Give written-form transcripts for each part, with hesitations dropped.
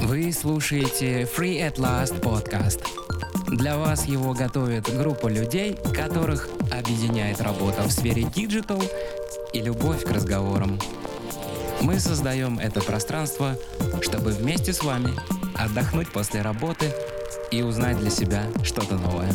Вы слушаете Free at Last подкаст. Для вас его готовит группа людей, которых объединяет работа в сфере диджитал и любовь к разговорам. Мы создаем это пространство, чтобы вместе с вами отдохнуть после работы и узнать для себя что-то новое.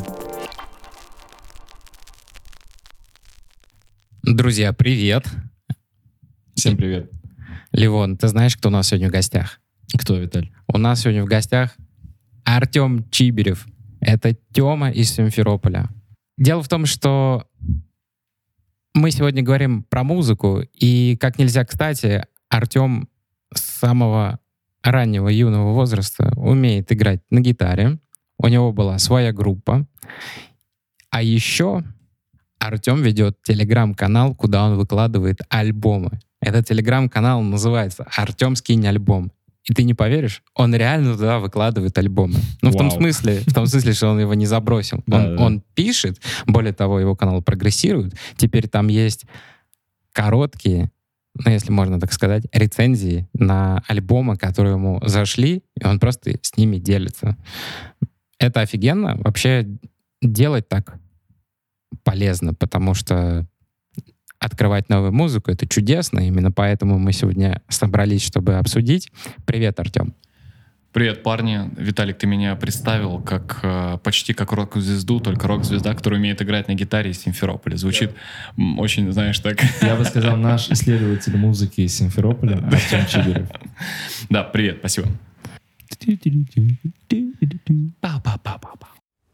Друзья, привет! Всем привет. Ливон, ты знаешь, кто у нас сегодня в гостях? Кто, Виталь? У нас сегодня в гостях Артем Чиберев. Это Тёма из Симферополя. Дело в том, что мы сегодня говорим про музыку, и как нельзя кстати, Артем с самого раннего юного возраста умеет играть на гитаре. У него была своя группа. А еще Артем ведет телеграм-канал, куда он выкладывает альбомы. Этот телеграм-канал называется «Артем, скинь альбом». И ты не поверишь, он реально туда выкладывает альбомы. Ну, в том смысле, что он его не забросил. Он пишет, более того, его канал прогрессирует. Теперь там есть короткие, ну, если можно так сказать, рецензии на альбомы, которые ему зашли, и он просто с ними делится. Это офигенно. Вообще делать так полезно, потому что открывать новую музыку — это чудесно. Именно поэтому мы сегодня собрались, чтобы обсудить. Привет, Артем. Привет, парни. Виталик, ты меня представил как почти как рок-звезду, только рок-звезда, которая умеет играть на гитаре из Симферополя. Звучит очень, знаешь, так... Я бы сказал, наш исследователь музыки из Симферополя, Артем Чиберев. Да, привет, спасибо. Пау-пау-пау-пау-пау.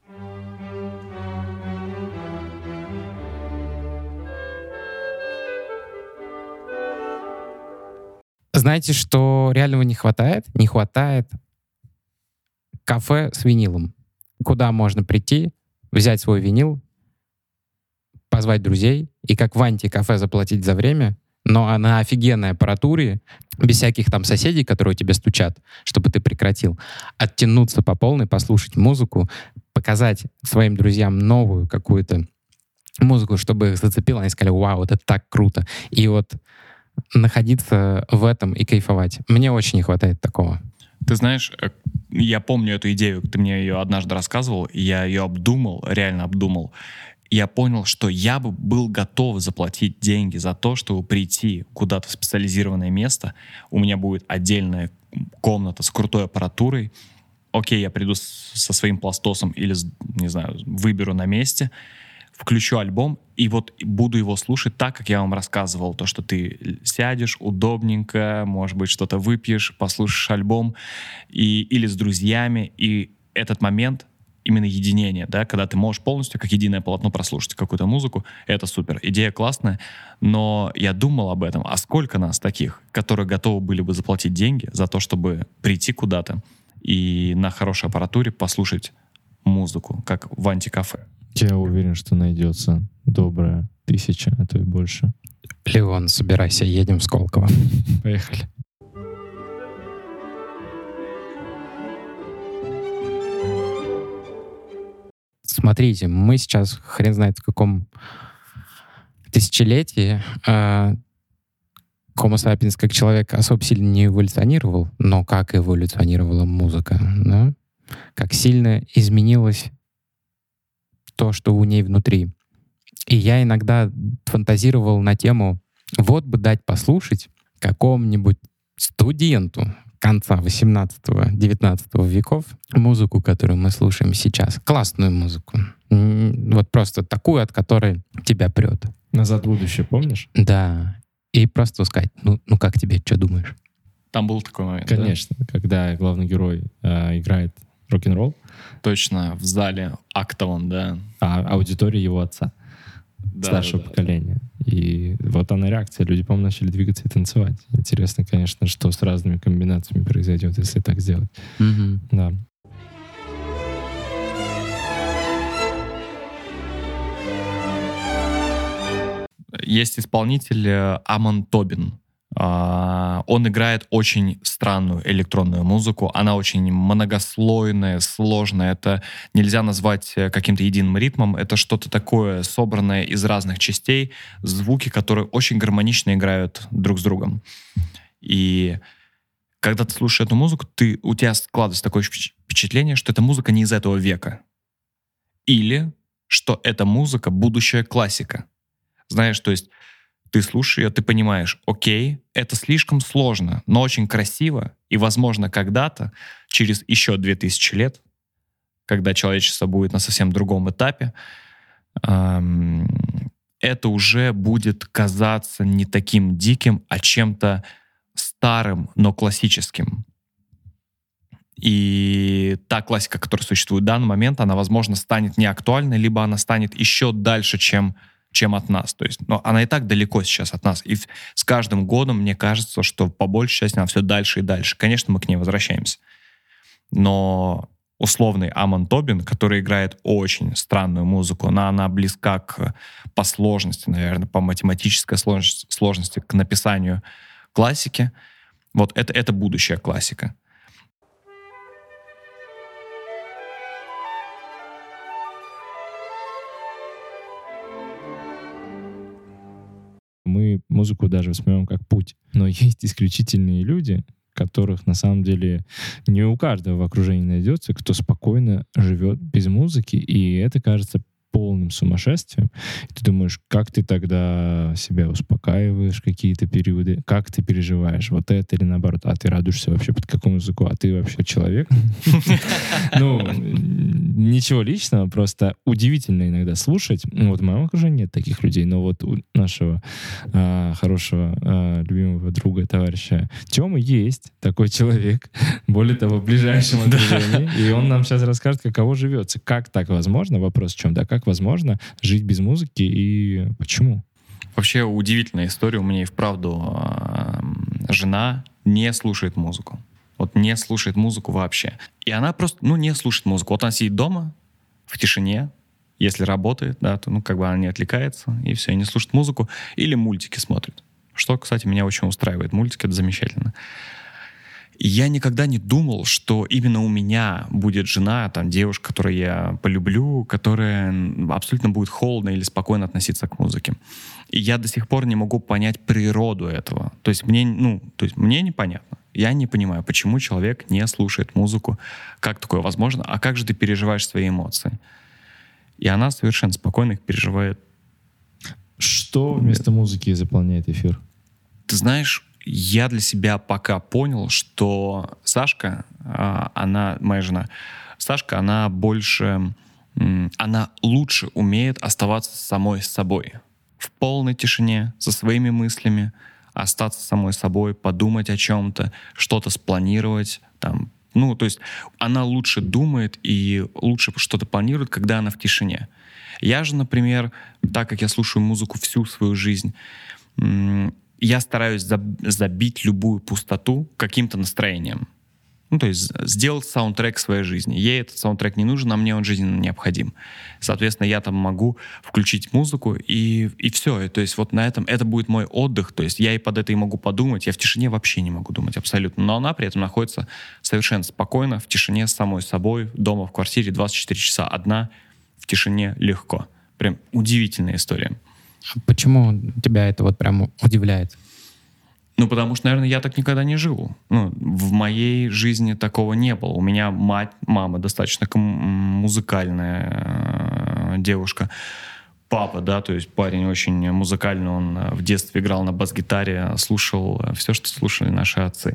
Знаете, что реального не хватает? Не хватает кафе с винилом. Куда можно прийти, взять свой винил, позвать друзей и как в анти-кафе заплатить за время, но на офигенной аппаратуре, без всяких там соседей, которые тебе стучат, чтобы ты прекратил, оттянуться по полной, послушать музыку, показать своим друзьям новую какую-то музыку, чтобы их зацепило, они сказали: «Вау, это так круто». И вот находиться в этом и кайфовать. Мне очень не хватает такого. Ты знаешь, я помню эту идею, ты мне ее однажды рассказывал, и я ее обдумал, реально обдумал. Я понял, что я бы был готов заплатить деньги за то, чтобы прийти куда-то в специализированное место. У меня будет отдельная комната с крутой аппаратурой. Окей, я приду со своим пластосом или, не знаю, выберу на месте, включу альбом и вот буду его слушать так, как я вам рассказывал. То, что ты сядешь удобненько, может быть, что-то выпьешь, послушаешь альбом или с друзьями. И этот момент именно единения, да, когда ты можешь полностью как единое полотно прослушать какую-то музыку, это супер. Идея классная, но я думал об этом. А сколько нас таких, которые готовы были бы заплатить деньги за то, чтобы прийти куда-то и на хорошей аппаратуре послушать музыку, как в анти-кафе? Я уверен, что найдется добрая 1000, а то и больше. Леон, собирайся, едем в Сколково. Поехали. Смотрите, мы сейчас хрен знает в каком тысячелетии. Homo sapiens как человек особо сильно не эволюционировал, но как эволюционировала музыка, да? Как сильно изменилось то, что у ней внутри. И я иногда фантазировал на тему: вот бы дать послушать какому-нибудь студенту конца 18-19 веков музыку, которую мы слушаем сейчас. Классную музыку. Вот просто такую, от которой тебя прет. «Назад в будущее», помнишь? Да. И просто сказать: ну как тебе, что думаешь? Там был такой момент. Конечно, да? Когда главный герой играет рок-н-ролл. Точно, в зале актовом, да. А аудитория его отца, старшего поколения. И вот она реакция. Люди, по-моему, начали двигаться и танцевать. Интересно, конечно, что с разными комбинациями произойдет, если так сделать. Mm-hmm. Да. Есть исполнитель Амон Тобин. Он играет очень странную электронную музыку. Она очень многослойная, сложная. Это нельзя назвать каким-то единым ритмом. Это что-то такое, собранное из разных частей. Звуки, которые очень гармонично играют друг с другом. И когда ты слушаешь эту музыку, у тебя складывается такое впечатление, что эта музыка не из этого века. Или что эта музыка — будущая классика. Знаешь, то есть ты слушаешь ее, ты понимаешь, окей, это слишком сложно, но очень красиво, и, возможно, когда-то, через еще 2000 лет, когда человечество будет на совсем другом этапе, это уже будет казаться не таким диким, а чем-то старым, но классическим. И та классика, которая существует в данный момент, она, возможно, станет неактуальной, либо она станет еще дальше, чем от нас. То есть, но она и так далеко сейчас от нас. И с каждым годом мне кажется, что по большей части она все дальше и дальше. Конечно, мы к ней возвращаемся. Но условный Амон Тобин, который играет очень странную музыку, она близка по сложности, наверное, по математической сложности к написанию классики. Вот это будущая классика. Мы музыку даже воспринимаем как путь. Но есть исключительные люди, которых на самом деле не у каждого в окружении найдется, кто спокойно живет без музыки, и это кажется полным сумасшествием. И ты думаешь, как ты тогда себя успокаиваешь какие-то периоды, как ты переживаешь, вот это или наоборот, а ты радуешься вообще под какому языку, а ты вообще человек? Ну, ничего личного, просто удивительно иногда слушать. Вот в моем окружении нет таких людей, но вот у нашего хорошего, любимого друга, товарища Тёмы есть такой человек, более того, в ближайшем окружении, и он нам сейчас расскажет, каково живется. Как так возможно? Вопрос в чем? Да, как возможно жить без музыки и почему? Вообще удивительная история. У меня и вправду жена не слушает музыку. Вот не слушает музыку вообще. И она просто, не слушает музыку. Вот она сидит дома, в тишине, если работает, да, то, она не отвлекается, и все, и не слушает музыку. Или мультики смотрит. Что, кстати, меня очень устраивает. Мультики — это замечательно. И я никогда не думал, что именно у меня будет жена, девушка, которую я полюблю, которая абсолютно будет холодно или спокойно относиться к музыке. И я до сих пор не могу понять природу этого. То есть мне непонятно. Я не понимаю, почему человек не слушает музыку. Как такое возможно? А как же ты переживаешь свои эмоции? И она совершенно спокойно их переживает. Что вместо музыки заполняет эфир? Ты знаешь, я для себя пока понял, что Сашка, моя жена, Сашка, она лучше умеет оставаться самой собой. В полной тишине, со своими мыслями, остаться самой собой, подумать о чем-то, что-то спланировать. То есть она лучше думает и лучше что-то планирует, когда она в тишине. Я же, например, так как я слушаю музыку всю свою жизнь, я стараюсь забить любую пустоту каким-то настроением. То есть сделать саундтрек своей жизни. Ей этот саундтрек не нужен, а мне он жизненно необходим. Соответственно, я могу включить музыку, и все. То есть вот на этом это будет мой отдых. То есть я и под это и могу подумать. Я в тишине вообще не могу думать абсолютно. Но она при этом находится совершенно спокойно, в тишине с самой собой, дома, в квартире, 24 часа одна, в тишине легко. Прям удивительная история. Почему тебя это вот прям удивляет? Потому что, наверное, я так никогда не жил. В моей жизни такого не было. У меня мама достаточно музыкальная девушка. Папа, да, то есть парень очень музыкальный. Он в детстве играл на бас-гитаре, слушал все, что слушали наши отцы.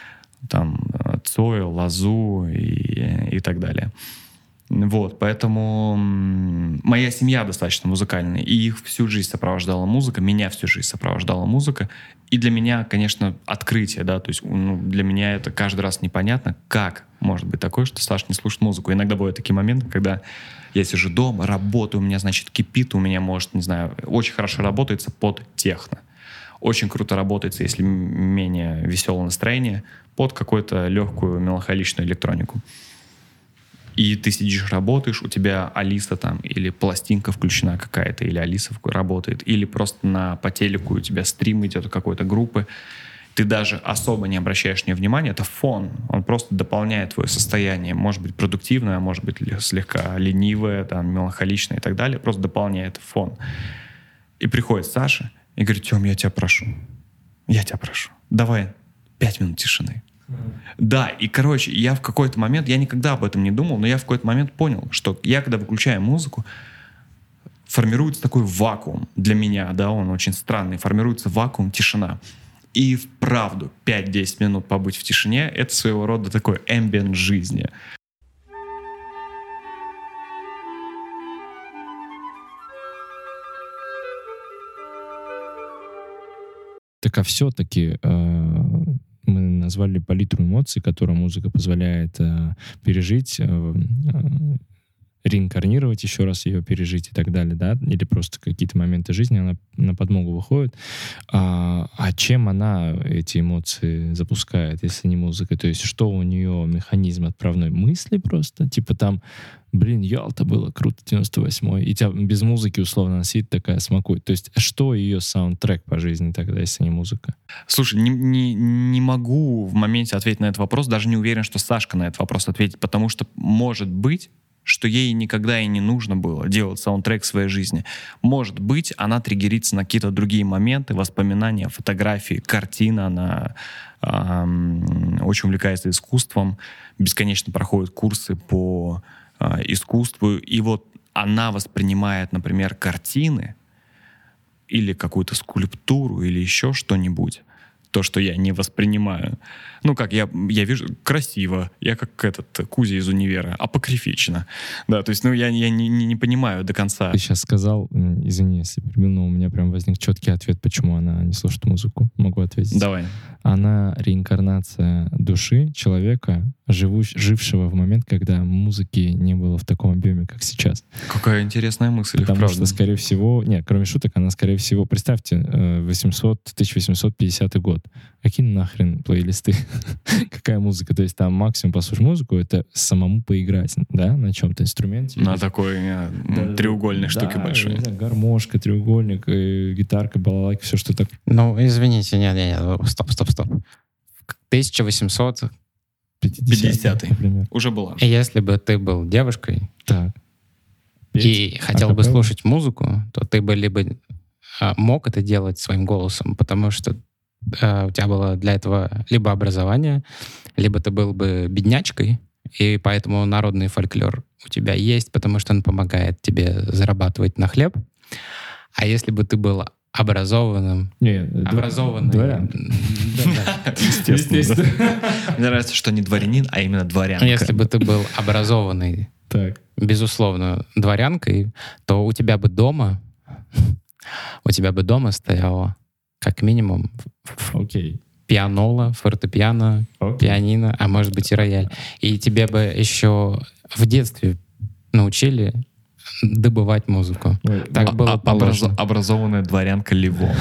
Цоя, Лозу и так далее. Вот, поэтому моя семья достаточно музыкальная, и их всю жизнь сопровождала музыка, меня всю жизнь сопровождала музыка. И для меня, конечно, открытие, да, то есть для меня это каждый раз непонятно, как может быть такое, что Саша не слушает музыку. Иногда бывают такие моменты, когда я сижу дома, работаю, у меня, кипит, у меня, очень хорошо работается под техно. Очень круто работается, если менее веселое настроение, под какую-то легкую меланхоличную электронику. И ты сидишь, работаешь, у тебя Алиса или пластинка включена какая-то, или Алиса работает, или просто по телеку у тебя стрим идет какой-то группы. Ты даже особо не обращаешь на нее внимания, это фон. Он просто дополняет твое состояние. Может быть продуктивное, может быть слегка ленивое, меланхоличное и так далее. Просто дополняет фон. И приходит Саша и говорит: Тём, я тебя прошу, давай 5 минут тишины. Да, и, короче, я в какой-то момент, я никогда об этом не думал, но я в какой-то момент понял, что я, когда выключаю музыку, формируется такой вакуум для меня, да, он очень странный, формируется вакуум, тишина. И вправду 5-10 минут побыть в тишине — это своего рода такой эмбиент жизни. Так а все-таки мы назвали палитру эмоций, которую музыка позволяет пережить, реинкарнировать, еще раз ее пережить и так далее, да, или просто какие-то моменты жизни, она на подмогу выходит. А чем она эти эмоции запускает, если не музыка? То есть что у нее механизм отправной мысли просто? Типа там, блин, Ялта было круто, 98-й, и тебя без музыки условно сидит такая, смакует. То есть что ее саундтрек по жизни тогда, если не музыка? Слушай, не могу в моменте ответить на этот вопрос, даже не уверен, что Сашка на этот вопрос ответит, потому что может быть, что ей никогда и не нужно было делать саундтрек в своей жизни. Может быть, она триггерится на какие-то другие моменты, воспоминания, фотографии, картина. Она очень увлекается искусством, бесконечно проходит курсы по искусству. И вот она воспринимает, например, картины или какую-то скульптуру или еще что-нибудь, то, что я не воспринимаю. Ну, как я вижу, красиво. Я как этот Кузя из универа. Апокрифично. Да, то есть, ну, я не понимаю до конца. Ты сейчас сказал, извини, если перебил, но у меня прям возник четкий ответ, почему она не слушает музыку. Могу ответить. Давай. Она реинкарнация души человека, жившего в момент, когда музыки не было в таком объеме, как сейчас. Какая интересная мысль. Потому что, скорее всего, нет, кроме шуток, она, скорее всего, представьте, 1850 год. Какие нахрен плейлисты? Какая музыка? То есть там максимум послушать музыку, это самому поиграть, да, на чем-то инструменте. На такой треугольной штуке большой. Гармошка, треугольник, гитарка, балалайка, все, что так. Ну, извините, нет, стоп. 1850. 50-й. Например. Уже была. Если бы ты был девушкой Так. и хотел бы слушать музыку, то ты бы либо мог это делать своим голосом, потому что у тебя было для этого либо образование, либо ты был бы беднячкой, и поэтому народный фольклор у тебя есть, потому что он помогает тебе зарабатывать на хлеб. А если бы ты был образованным... Дворян. Естественно. Мне нравится, что не дворянин, а именно дворянка. Если бы ты был образованный, безусловно, дворянкой, то у тебя бы дома стояло как минимум пианола, фортепиано, пианино, а может быть и рояль. И тебе бы еще в детстве научили добывать музыку. Так было положено. Образованная дворянка Ливон.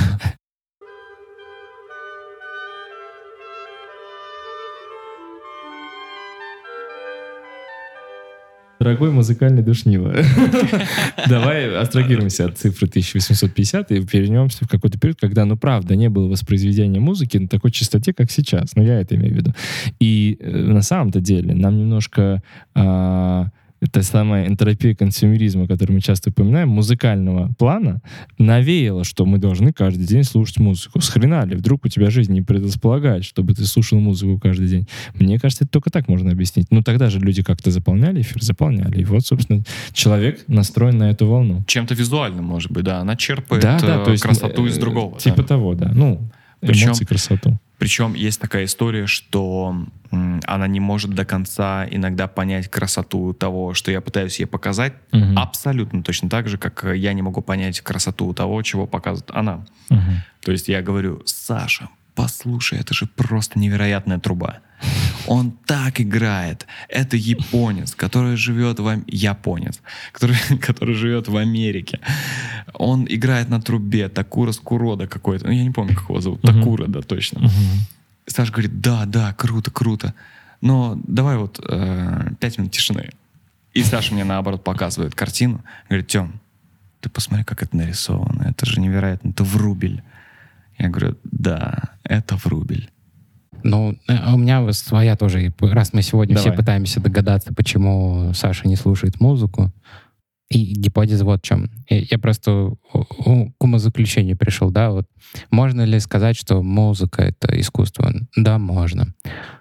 Дорогой музыкальный душнило. Давай абстрагируемся от цифры 1850 и вернемся в какой-то период, когда, ну, правда, не было воспроизведения музыки на такой частоте, как сейчас. Ну, я это имею в виду. И на самом-то деле нам немножко... эта самая энтропия консюмеризма, которую мы часто упоминаем, музыкального плана, навеяло, что мы должны каждый день слушать музыку. С хрена ли? Вдруг у тебя жизнь не предрасполагает, чтобы ты слушал музыку каждый день? Мне кажется, это только так можно объяснить. Ну, тогда же люди как-то заполняли эфир, заполняли. И вот, собственно, человек настроен на эту волну. Чем-то визуальным, может быть, да. Она черпает то есть, красоту из другого. Типа того, да. Ну, эмоции, красоту. Причем есть такая история, что она не может до конца иногда понять красоту того, что я пытаюсь ей показать, абсолютно точно так же, как я не могу понять красоту того, чего показывает она. То есть я говорю: Саша, послушай, это же просто невероятная труба. Он так играет. Это японец, который живет который живет в Америке. Он играет на трубе. Такура Скурода какой-то. Ну, я не помню, как его зовут. Такура, да, точно. Саша говорит: да, круто. Но давай 5 минут тишины. И Саша мне, наоборот, показывает картину. Говорит: Тём, ты посмотри, как это нарисовано. Это же невероятно. Это Врубель. Я говорю: да, это Врубель. Ну, у меня своя тоже, раз мы сегодня все пытаемся догадаться, почему Саша не слушает музыку, и гипотеза вот в чем. Я просто к умозаключению пришел, да, вот. Можно ли сказать, что музыка — это искусство? Да, можно.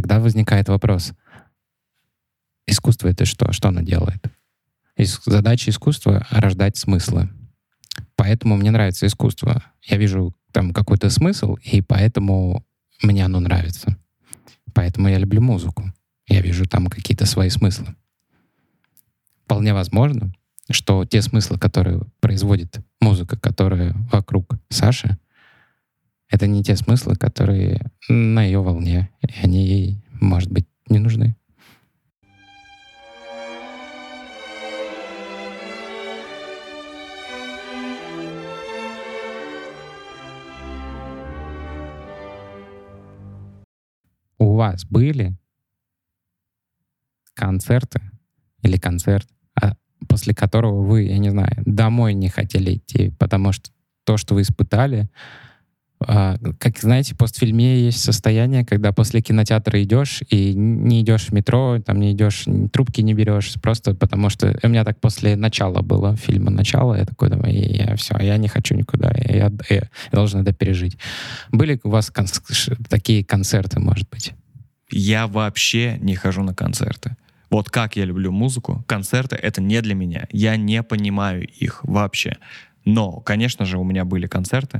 тогда возникает вопрос. Искусство — это что? Что оно делает? Задача искусства — рождать смыслы. Поэтому мне нравится искусство. Я вижу там какой-то смысл, и поэтому мне оно нравится. Поэтому я люблю музыку. Я вижу там какие-то свои смыслы. Вполне возможно, что те смыслы, которые производит музыка, которая вокруг Саши, это не те смыслы, которые на ее волне, и они ей, может быть, не нужны. У вас были концерты или концерт, после которого вы, я не знаю, домой не хотели идти, потому что то, что вы испытали, как, знаете, в постфильме есть состояние, когда после кинотеатра идешь и не идешь в метро, там не идешь, трубки не берешь, просто потому что у меня так после начала было, фильма «Начало», я такой думаю, я не хочу никуда, я должен это пережить. Были у вас такие концерты, может быть? Я вообще не хожу на концерты. Вот как я люблю музыку, концерты — это не для меня. Я не понимаю их вообще. Но, конечно же, у меня были концерты,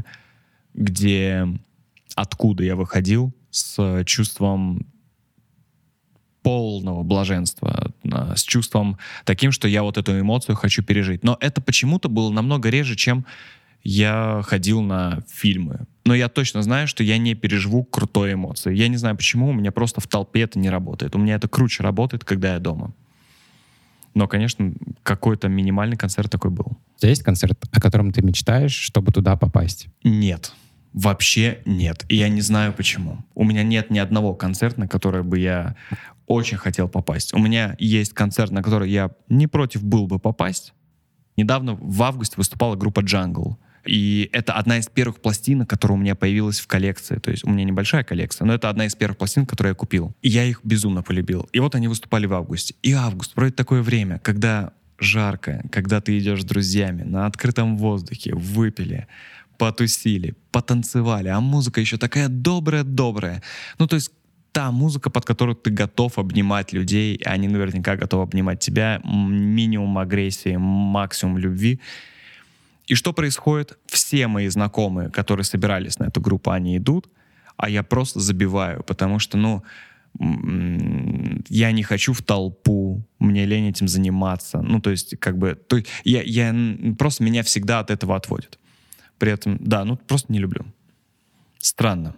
откуда я выходил с чувством полного блаженства, с чувством таким, что я вот эту эмоцию хочу пережить. Но это почему-то было намного реже, чем я ходил на фильмы. Но я точно знаю, что я не переживу крутой эмоции. Я не знаю почему, у меня просто в толпе это не работает. У меня это круче работает, когда я дома. Но, конечно, какой-то минимальный концерт такой был. У тебя есть концерт, о котором ты мечтаешь, чтобы туда попасть? Нет. Вообще нет. И я не знаю почему. У меня нет ни одного концерта, на который бы я очень хотел попасть. У меня есть концерт, на который я не против был бы попасть. Недавно в августе выступала группа Jungle. И это одна из первых пластинок, которая у меня появилась в коллекции. То есть у меня небольшая коллекция, но это одна из первых пластинок, которые я купил. И я их безумно полюбил. И вот они выступали в августе. И август, вроде такое время, когда жарко, когда ты идешь с друзьями на открытом воздухе, выпили, потусили, потанцевали, а музыка еще такая добрая-добрая. Ну, то есть та музыка, под которую ты готов обнимать людей, и они наверняка готовы обнимать тебя, минимум агрессии, максимум любви. И что происходит? Все мои знакомые, которые собирались на эту группу, они идут, а я просто забиваю, потому что, я не хочу в толпу, мне лень этим заниматься. Ну, то есть, просто меня всегда от этого отводит. При этом, просто не люблю. Странно.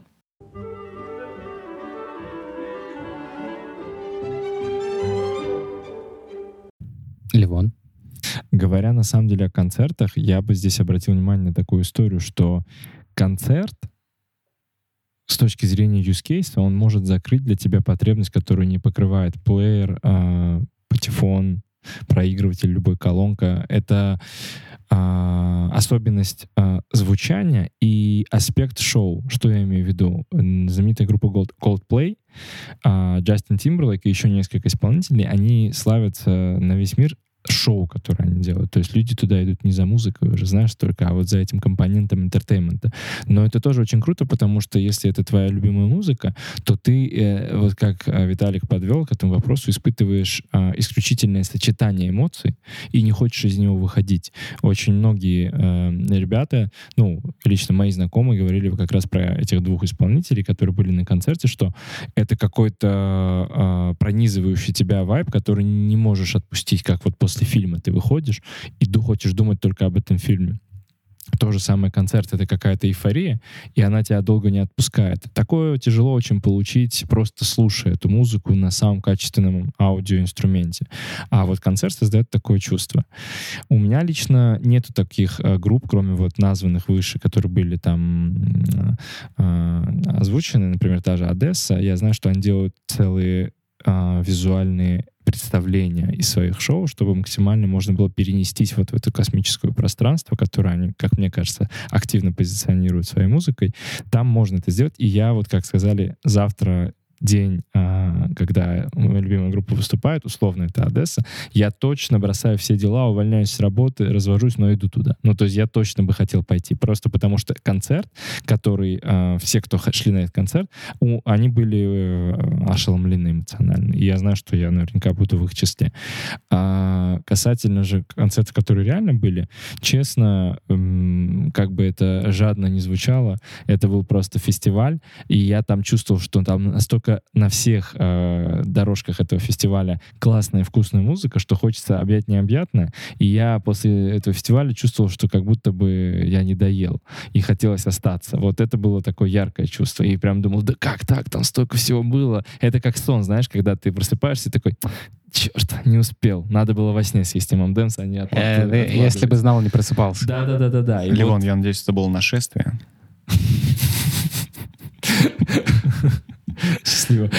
Левон? Говоря на самом деле о концертах, я бы здесь обратил внимание на такую историю, что концерт с точки зрения use case, он может закрыть для тебя потребность, которую не покрывает плеер, патефон, проигрыватель, любой колонка. Это особенность звучания и аспект шоу. Что я имею в виду? Знаменитая группа Coldplay, Джастин Тимберлейк и еще несколько исполнителей, они славятся на весь мир шоу, которое они делают. То есть люди туда идут не за музыкой, уже знаешь, только, а вот за этим компонентом интертеймента. Но это тоже очень круто, потому что если это твоя любимая музыка, то ты, вот как Виталик подвел к этому вопросу, испытываешь исключительное сочетание эмоций и не хочешь из него выходить. Очень многие ребята, лично мои знакомые говорили как раз про этих двух исполнителей, которые были на концерте, что это какой-то пронизывающий тебя вайб, который не можешь отпустить, как вот после фильма ты выходишь и хочешь думать только об этом фильме. То же самое концерт — это какая-то эйфория, и она тебя долго не отпускает. Такое тяжело очень получить, просто слушая эту музыку на самом качественном аудиоинструменте. А вот концерт создает такое чувство. У меня лично нету таких групп, кроме вот названных выше, которые были там озвучены, например, та же Одесса. Я знаю, что они делают целые визуальные представления из своих шоу, чтобы максимально можно было перенестись вот в это космическое пространство, которое они, как мне кажется, активно позиционируют своей музыкой. Там можно это сделать. И я, вот как сказали, завтра день когда моя любимая группа выступает, условно это Одесса, я точно бросаю все дела, увольняюсь с работы, развожусь, но иду туда. Ну, то есть я точно бы хотел пойти, просто потому что концерт, который все, кто шли на этот концерт, они были ошеломлены эмоционально. И я знаю, что я наверняка буду в их числе. Касательно же концертов, которые реально были, честно, как бы это жадно не звучало, это был просто фестиваль, и я там чувствовал, что там настолько на всех дорожках этого фестиваля классная, вкусная музыка, что хочется объять необъятное. И я после этого фестиваля чувствовал, что как будто бы я не доел. И хотелось остаться. Вот это было такое яркое чувство. И прям думал, да как так? Там столько всего было. Это как сон, знаешь, когда ты просыпаешься и такой... Черт, не успел. Надо было во сне съесть ММДМС, а не откладывать. Если бы знал, не просыпался. Да. Левон, я надеюсь, это было нашествие. Счастливо.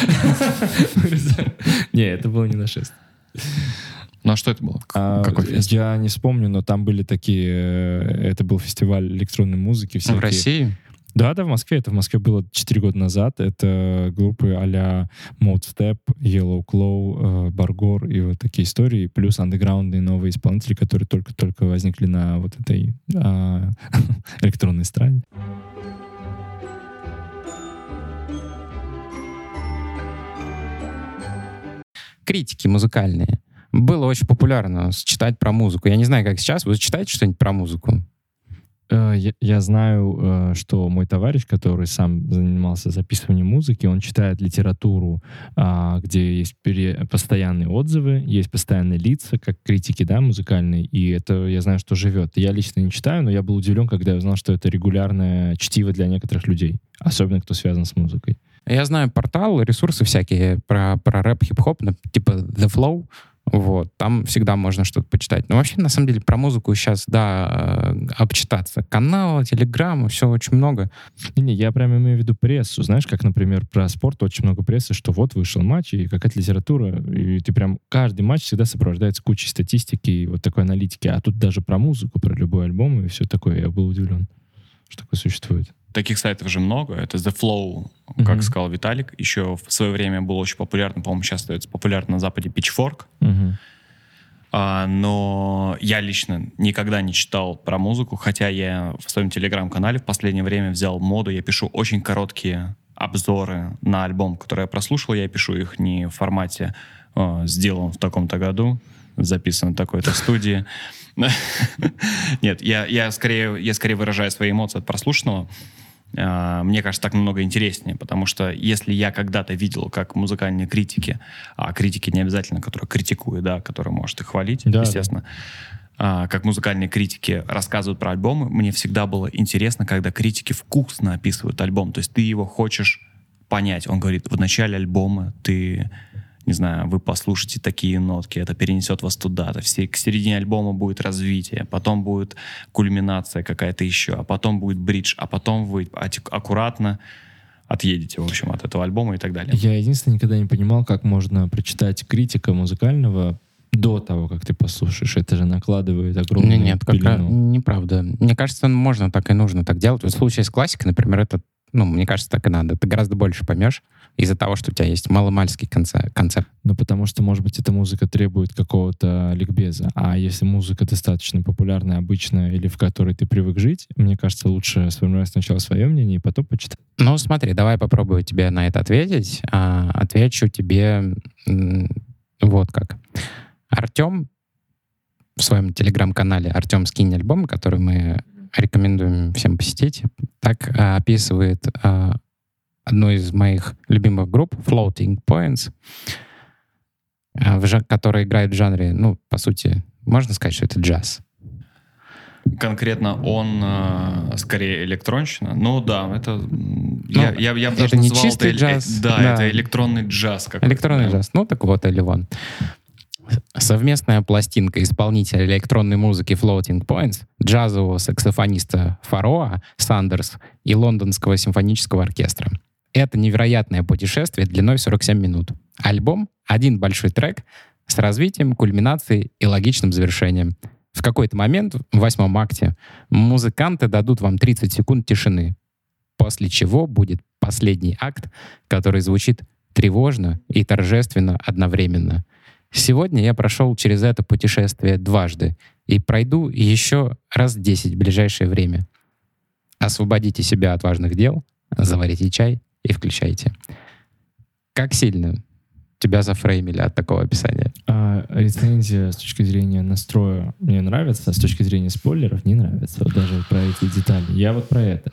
Не, это было не нашествие. Ну а что это было? Какой фестиваль? Я не вспомню, но там были такие... Это был фестиваль электронной музыки. В России? Да, в Москве. Это в Москве было 4 года назад. Это группы а-ля Modestep, Yellow Claw, Bargor и вот такие истории. Плюс андеграундные новые исполнители, которые только-только возникли на вот этой электронной эстраде. Критики музыкальные. Было очень популярно читать про музыку. Я не знаю, как сейчас. Вы читаете что-нибудь про музыку? Я знаю, что мой товарищ, который сам занимался записыванием музыки, он читает литературу, где есть постоянные отзывы, есть постоянные лица, как критики, да, музыкальные, и это я знаю, что живет. Я лично не читаю, но я был удивлен, когда я узнал, что это регулярное чтиво для некоторых людей, особенно кто связан с музыкой. Я знаю портал, ресурсы всякие про рэп, хип-хоп, типа The Flow. Вот, там всегда можно что-то почитать. Но вообще, на самом деле, про музыку сейчас, да, обчитаться. Каналы, телеграммы, все очень много. Не, я прям имею в виду прессу. Знаешь, как, например, про спорт очень много прессы, что вот вышел матч, и какая-то литература, и ты прям... Каждый матч всегда сопровождается кучей статистики и вот такой аналитики. А тут даже про музыку, про любой альбом и все такое. Я был удивлен, что такое существует. Таких сайтов же много. Это The Flow, как сказал Виталик. Еще в свое время был очень популярный, по-моему, сейчас остается популярен на Западе Pitchfork. Но я лично никогда не читал про музыку, хотя я в своем телеграм-канале в последнее время взял моду. Я пишу очень короткие обзоры на альбом, который я прослушал. Я пишу их не в формате «сделан в таком-то году», записан в такой-то студии. Нет, я скорее выражаю свои эмоции от прослушанного. Мне кажется, так намного интереснее, потому что если я когда-то видел, как музыкальные критики, а критики не обязательно, которые критикуют, да, которые может их хвалить, да, естественно, как музыкальные критики рассказывают про альбомы, мне всегда было интересно, когда критики вкусно описывают альбом, то есть ты его хочешь понять. Он говорит, в начале альбома ты... не знаю, вы послушаете такие нотки, это перенесет вас туда-то. К середине альбома будет развитие, потом будет кульминация какая-то еще, а потом будет бридж, а потом вы аккуратно отъедете, в общем, от этого альбома и так далее. Я единственное никогда не понимал, как можно прочитать критика музыкального до того, как ты послушаешь. Это же накладывает огромную пелену. Нет, как раз неправда. Мне кажется, можно так и нужно так делать. Вот в случае с классикой, например, это, мне кажется, так и надо. Ты гораздо больше поймешь из-за того, что у тебя есть маломальский концепт. Ну, потому что, может быть, эта музыка требует какого-то ликбеза. А если музыка достаточно популярная, обычная, или в которой ты привык жить, мне кажется, лучше сформировать сначала свое мнение и потом почитать. Ну, смотри, давай попробую тебе на это ответить. Отвечу тебе вот как. Артем в своем телеграм-канале «Артем, скинь альбом», который мы рекомендуем всем посетить, так описывает одну из моих любимых групп Floating Points, которая играет в жанре, по сути, можно сказать, что это джаз. Конкретно он скорее электронщина. Ну да, это... я бы даже это не назвал чистый джаз. Да, это электронный джаз. Электронный джаз. Ну так вот, Эливон. Совместная пластинка исполнителя электронной музыки Floating Points, джазового саксофониста Фароа Сандерс и лондонского симфонического оркестра. Это невероятное путешествие длиной в 47 минут. Альбом — один большой трек с развитием, кульминацией и логичным завершением. В какой-то момент, в 8-м акте, музыканты дадут вам 30 секунд тишины, после чего будет последний акт, который звучит тревожно и торжественно одновременно. Сегодня я прошел через это путешествие дважды и пройду еще раз 10 в ближайшее время. Освободите себя от важных дел, заварите чай и включайте. Как сильно тебя зафреймили от такого описания? Рецензия с точки зрения настроя мне нравится, а с точки зрения спойлеров не нравится. Вот даже про эти детали. Я вот про это.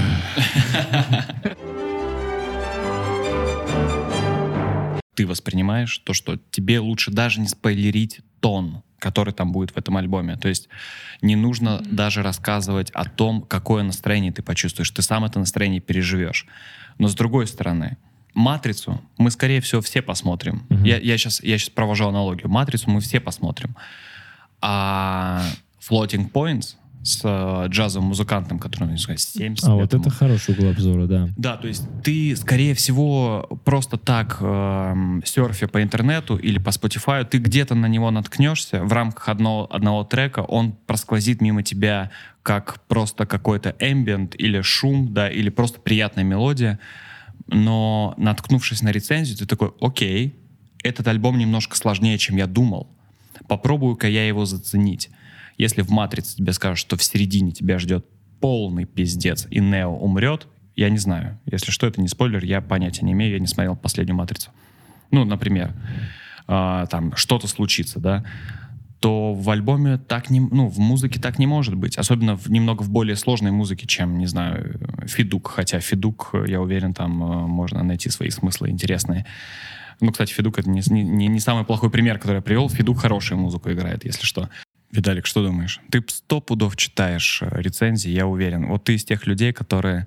Ты воспринимаешь то, что тебе лучше даже не спойлерить тон, который там будет в этом альбоме. То есть не нужно даже рассказывать о том, какое настроение ты почувствуешь. Ты сам это настроение переживешь. Но с другой стороны, «Матрицу» мы, скорее всего, все посмотрим. Я сейчас провожу аналогию. «Матрицу» мы все посмотрим. А «Floating Points» с джазовым музыкантом, который, не знаю, 70 лет. Вот это хороший угол обзора, да. Да, то есть ты, скорее всего, просто так серфя по интернету или по Spotify, ты где-то на него наткнешься в рамках одного трека, он просквозит мимо тебя как просто какой-то ambient или шум, да, или просто приятная мелодия. Но, наткнувшись на рецензию, ты такой: окей, этот альбом немножко сложнее, чем я думал. Попробую-ка я его заценить. Если в «Матрице» тебе скажут, что в середине тебя ждет полный пиздец и Нео умрет, я не знаю. Если что, это не спойлер, я понятия не имею, я не смотрел последнюю «Матрицу». Ну, например, там что-то случится, да, то в альбоме так не... Ну, в музыке так не может быть. Особенно немного в более сложной музыке, чем, не знаю, Федук. Хотя Федук, я уверен, там можно найти свои смыслы интересные. Ну, кстати, Федук — это не самый плохой пример, который я привел. Федук хорошую музыку играет, если что. Виталик, что думаешь? Ты 100 пудов читаешь рецензии, я уверен. Вот ты из тех людей, которые...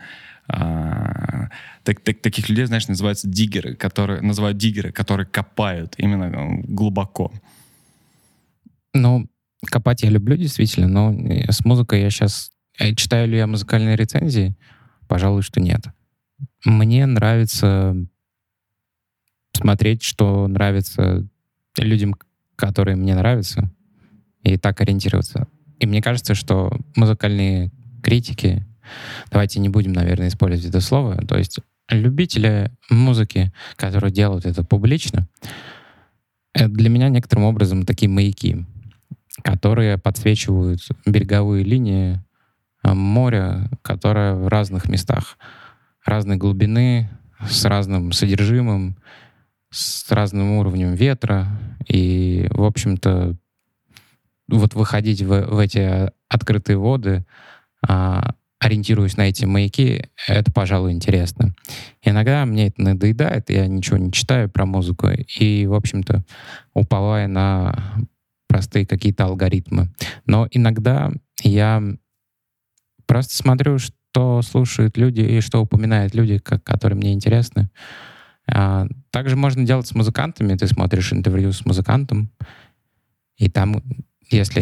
таких людей, знаешь, называют диггеры, которые копают именно глубоко. Ну, копать я люблю действительно, но с музыкой я сейчас... Читаю ли я музыкальные рецензии? Пожалуй, что нет. Мне нравится смотреть, что нравится людям, которые мне нравятся, и так ориентироваться. И мне кажется, что музыкальные критики, давайте не будем, наверное, использовать это слово, то есть любители музыки, которые делают это публично, это для меня некоторым образом такие маяки, которые подсвечивают береговые линии моря, которое в разных местах, разной глубины, с разным содержимым, с разным уровнем ветра. И, в общем-то, вот выходить в эти открытые воды, ориентируясь на эти маяки, это, пожалуй, интересно. Иногда мне это надоедает, я ничего не читаю про музыку, и, в общем-то, уповая на простые какие-то алгоритмы. Но иногда я просто смотрю, что слушают люди и что упоминают люди, которые мне интересны. Также можно делать с музыкантами. Ты смотришь интервью с музыкантом, и там, если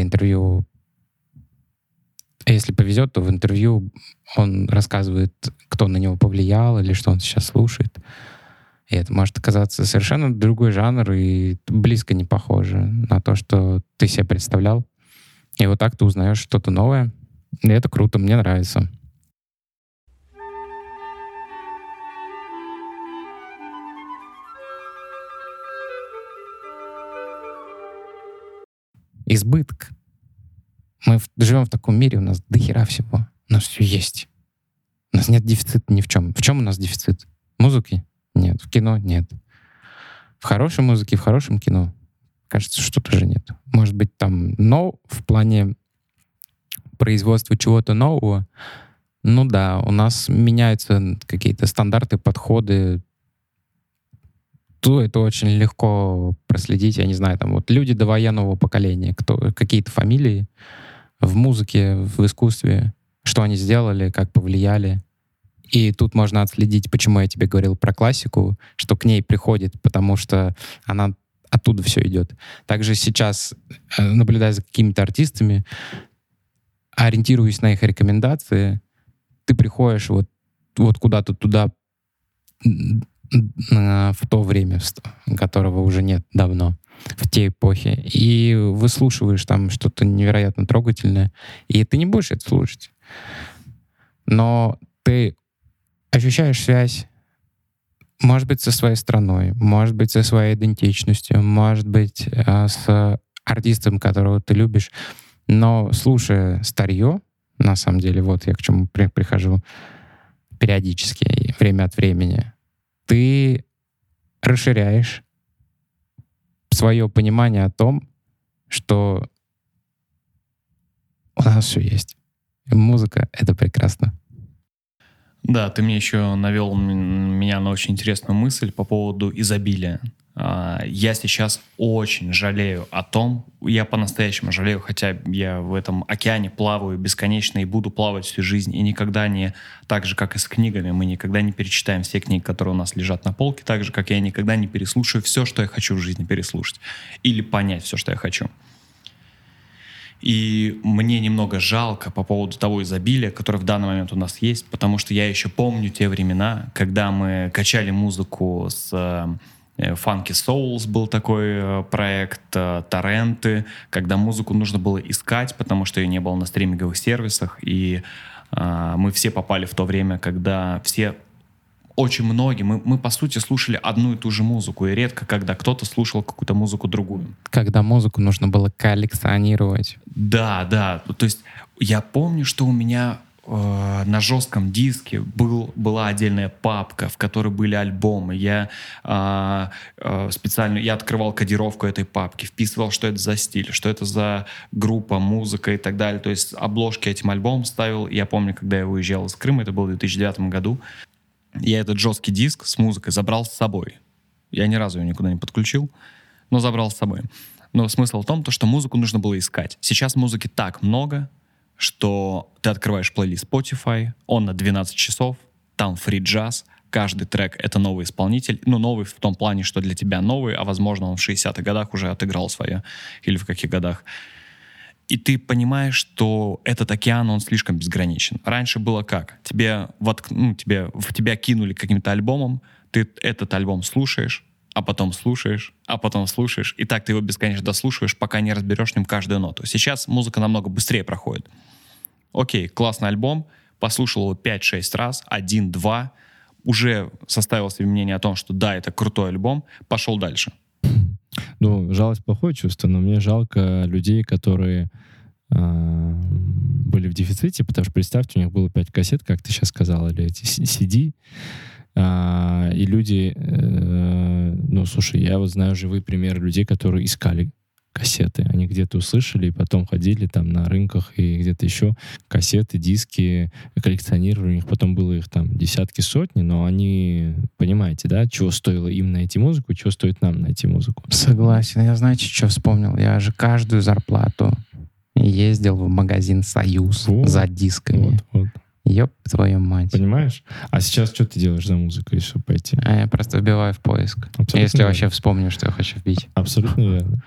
повезет, то в интервью он рассказывает, кто на него повлиял или что он сейчас слушает. И это может оказаться совершенно другой жанр и близко не похоже на то, что ты себе представлял. И вот так ты узнаешь что-то новое. И это круто, мне нравится. Избыток. Мы живем в таком мире, у нас дохера всего. У нас все есть. У нас нет дефицита ни в чем. В чем у нас дефицит? Музыки? Нет. В кино? Нет. В хорошей музыке, в хорошем кино, кажется, что тоже нет. Может быть, там, но в плане производства чего-то нового, ну да, у нас меняются какие-то стандарты, подходы. То это очень легко проследить, я не знаю, там вот люди довоенного поколения, какие-то фамилии в музыке, в искусстве, что они сделали, как повлияли. И тут можно отследить, почему я тебе говорил про классику, что к ней приходит, потому что она оттуда все идет. Также сейчас, наблюдая за какими-то артистами, ориентируясь на их рекомендации, ты приходишь вот куда-то туда в то время, которого уже нет давно, в те эпохи, и выслушиваешь там что-то невероятно трогательное, и ты не будешь это слушать. Но ты ощущаешь связь может быть, со своей страной, может быть, со своей идентичностью, может быть, с артистом, которого ты любишь. Но слушая старье, на самом деле, вот я к чему прихожу периодически, время от времени, ты расширяешь свое понимание о том, что у нас все есть. И музыка — это прекрасно. Да, ты мне еще навел меня на очень интересную мысль по поводу изобилия. Я сейчас очень жалею о том, я по-настоящему жалею, хотя я в этом океане плаваю бесконечно и буду плавать всю жизнь, и никогда не, так же, как и с книгами, мы никогда не перечитаем все книги, которые у нас лежат на полке, так же, как я никогда не переслушаю все, что я хочу в жизни переслушать, или понять все, что я хочу. И мне немного жалко по поводу того изобилия, которое в данный момент у нас есть, потому что я еще помню те времена, когда мы качали музыку с Funky Souls, был такой проект, торренты, когда музыку нужно было искать, потому что ее не было на стриминговых сервисах, и мы все попали в то время, когда все... Очень многие, мы по сути слушали одну и ту же музыку, и редко когда кто-то слушал какую-то музыку другую. Когда музыку нужно было коллекционировать. Да, то есть я помню, что у меня на жестком диске была отдельная папка, в которой были альбомы. Я специально открывал кодировку этой папки, вписывал, что это за стиль, что это за группа, музыка и так далее. То есть обложки этим альбомом ставил. Я помню, когда я уезжал из Крыма, это было в 2009 году, я этот жесткий диск с музыкой забрал с собой. Я ни разу ее никуда не подключил, но забрал с собой. Но смысл в том, что музыку нужно было искать. Сейчас музыки так много, что ты открываешь плейлист Spotify, он на 12 часов, там фри джаз, каждый трек — это новый исполнитель. Ну, новый в том плане, что для тебя новый, а возможно он в 60-х годах уже отыграл свое, или в каких годах. И ты понимаешь, что этот океан, он слишком безграничен. Раньше было как? В тебя кинули каким-то альбомом, ты этот альбом слушаешь, а потом слушаешь, и так ты его бесконечно дослушиваешь, пока не разберешь в нем каждую ноту. Сейчас музыка намного быстрее проходит. Окей, классный альбом, послушал его 5-6 раз, 1-2, уже составил себе мнение о том, что да, это крутой альбом, пошел дальше. Ну, жалость — плохое чувство, но мне жалко людей, которые были в дефиците, потому что, представьте, у них было 5 кассет, как ты сейчас сказал, или эти CD, и люди, слушай, я вот знаю живые примеры людей, которые искали кассеты. Они где-то услышали и потом ходили там на рынках и где-то еще кассеты, диски коллекционировали. У них потом было их там десятки, сотни, но они, понимаете, да, чего стоило им найти музыку, чего стоит нам найти музыку. Согласен. Я, знаете, что вспомнил? Я же каждую зарплату ездил в магазин «Союз» за дисками. Вот. Ёб твою мать. Понимаешь? А сейчас что ты делаешь за музыкой, если пойти? Я просто вбиваю в поиск. Абсолютно если верно. Вообще вспомню, что я хочу вбить. Абсолютно верно.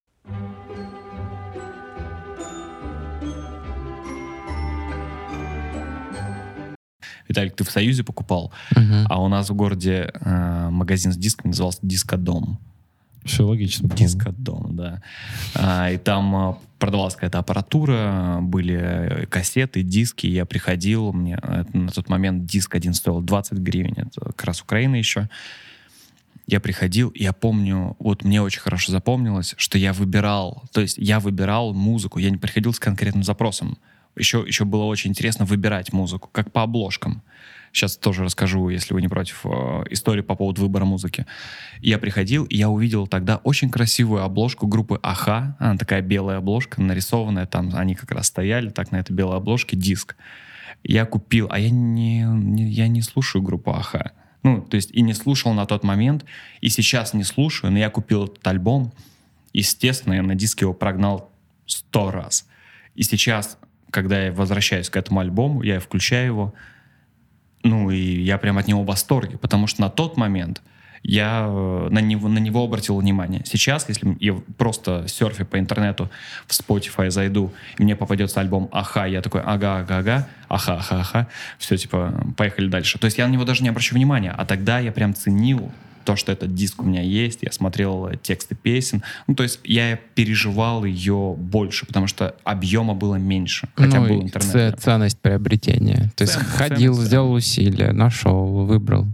Виталик, ты в Союзе покупал, а у нас в городе магазин с дисками назывался «Дискодом». Все логично. Дискодом, да. И там продавалась какая-то аппаратура, были кассеты, диски. Я приходил, мне на тот момент диск один стоил 20 гривен, это как раз Украина еще. Я приходил, и я помню, вот мне очень хорошо запомнилось, что я выбирал музыку, я не приходил с конкретным запросом. Еще было очень интересно выбирать музыку, как по обложкам. Сейчас тоже расскажу, если вы не против, историю по поводу выбора музыки. Я приходил, и я увидел тогда очень красивую обложку группы «Аха». Она такая белая обложка, нарисованная. Там они как раз стояли так на этой белой обложке, диск. Я купил, а я не слушаю группу «Аха». Ну, то есть и не слушал на тот момент, и сейчас не слушаю, но я купил этот альбом. Естественно, я на диске его прогнал 100 раз. И сейчас, когда я возвращаюсь к этому альбому, я включаю его, и я прям от него в восторге, потому что на тот момент я на него обратил внимание. Сейчас, если я просто серфю по интернету, в Spotify зайду, и мне попадется альбом «Аха», я такой «Ага», «Аха», все, поехали дальше. То есть я на него даже не обращу внимания, а тогда я прям ценил то, что этот диск у меня есть, я смотрел тексты песен, то есть я переживал ее больше, потому что объема было меньше, хотя был интернет. Ценность приобретения. То есть ходил, сделал усилия, нашел, выбрал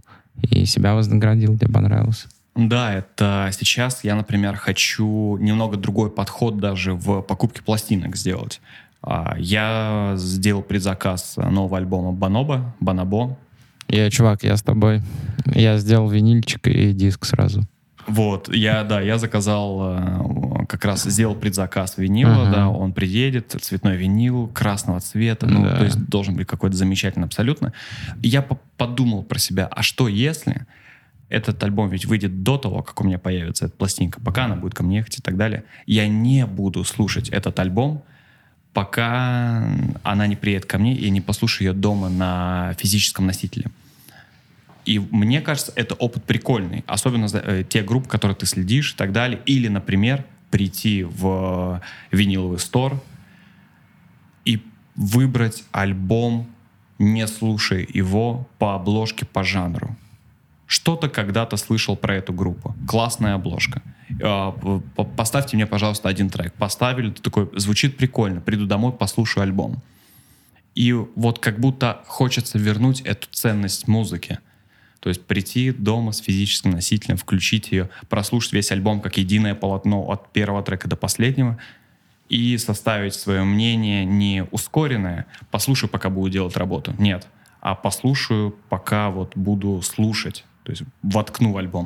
и себя вознаградил, тебе понравилось. Да, это сейчас я, например, хочу немного другой подход даже в покупке пластинок сделать. Я сделал предзаказ нового альбома Бонобо. Чувак, я с тобой. Я сделал винильчик и диск сразу. Вот, я заказал, как раз сделал предзаказ винила, да, он приедет, цветной винил, красного цвета, то есть должен быть какой-то замечательный абсолютно. Я подумал про себя, а что если этот альбом ведь выйдет до того, как у меня появится эта пластинка, пока она будет ко мне ехать и так далее, я не буду слушать этот альбом, пока она не приедет ко мне и не послушаю ее дома на физическом носителе. И мне кажется, это опыт прикольный. Особенно те группы, которые ты следишь и так далее. Или, например, прийти в виниловый стор и выбрать альбом, не слушая его по обложке, по жанру. Что-то когда-то слышал про эту группу. Классная обложка. Поставьте мне, пожалуйста, один трек. Поставили, ты такой, звучит прикольно. Приду домой, послушаю альбом. И вот как будто хочется вернуть эту ценность музыки. То есть прийти дома с физическим носителем, включить ее, прослушать весь альбом как единое полотно от первого трека до последнего и составить свое мнение не ускоренное, послушаю, пока буду делать работу. Нет. А послушаю, пока вот буду слушать. То есть воткну в альбом.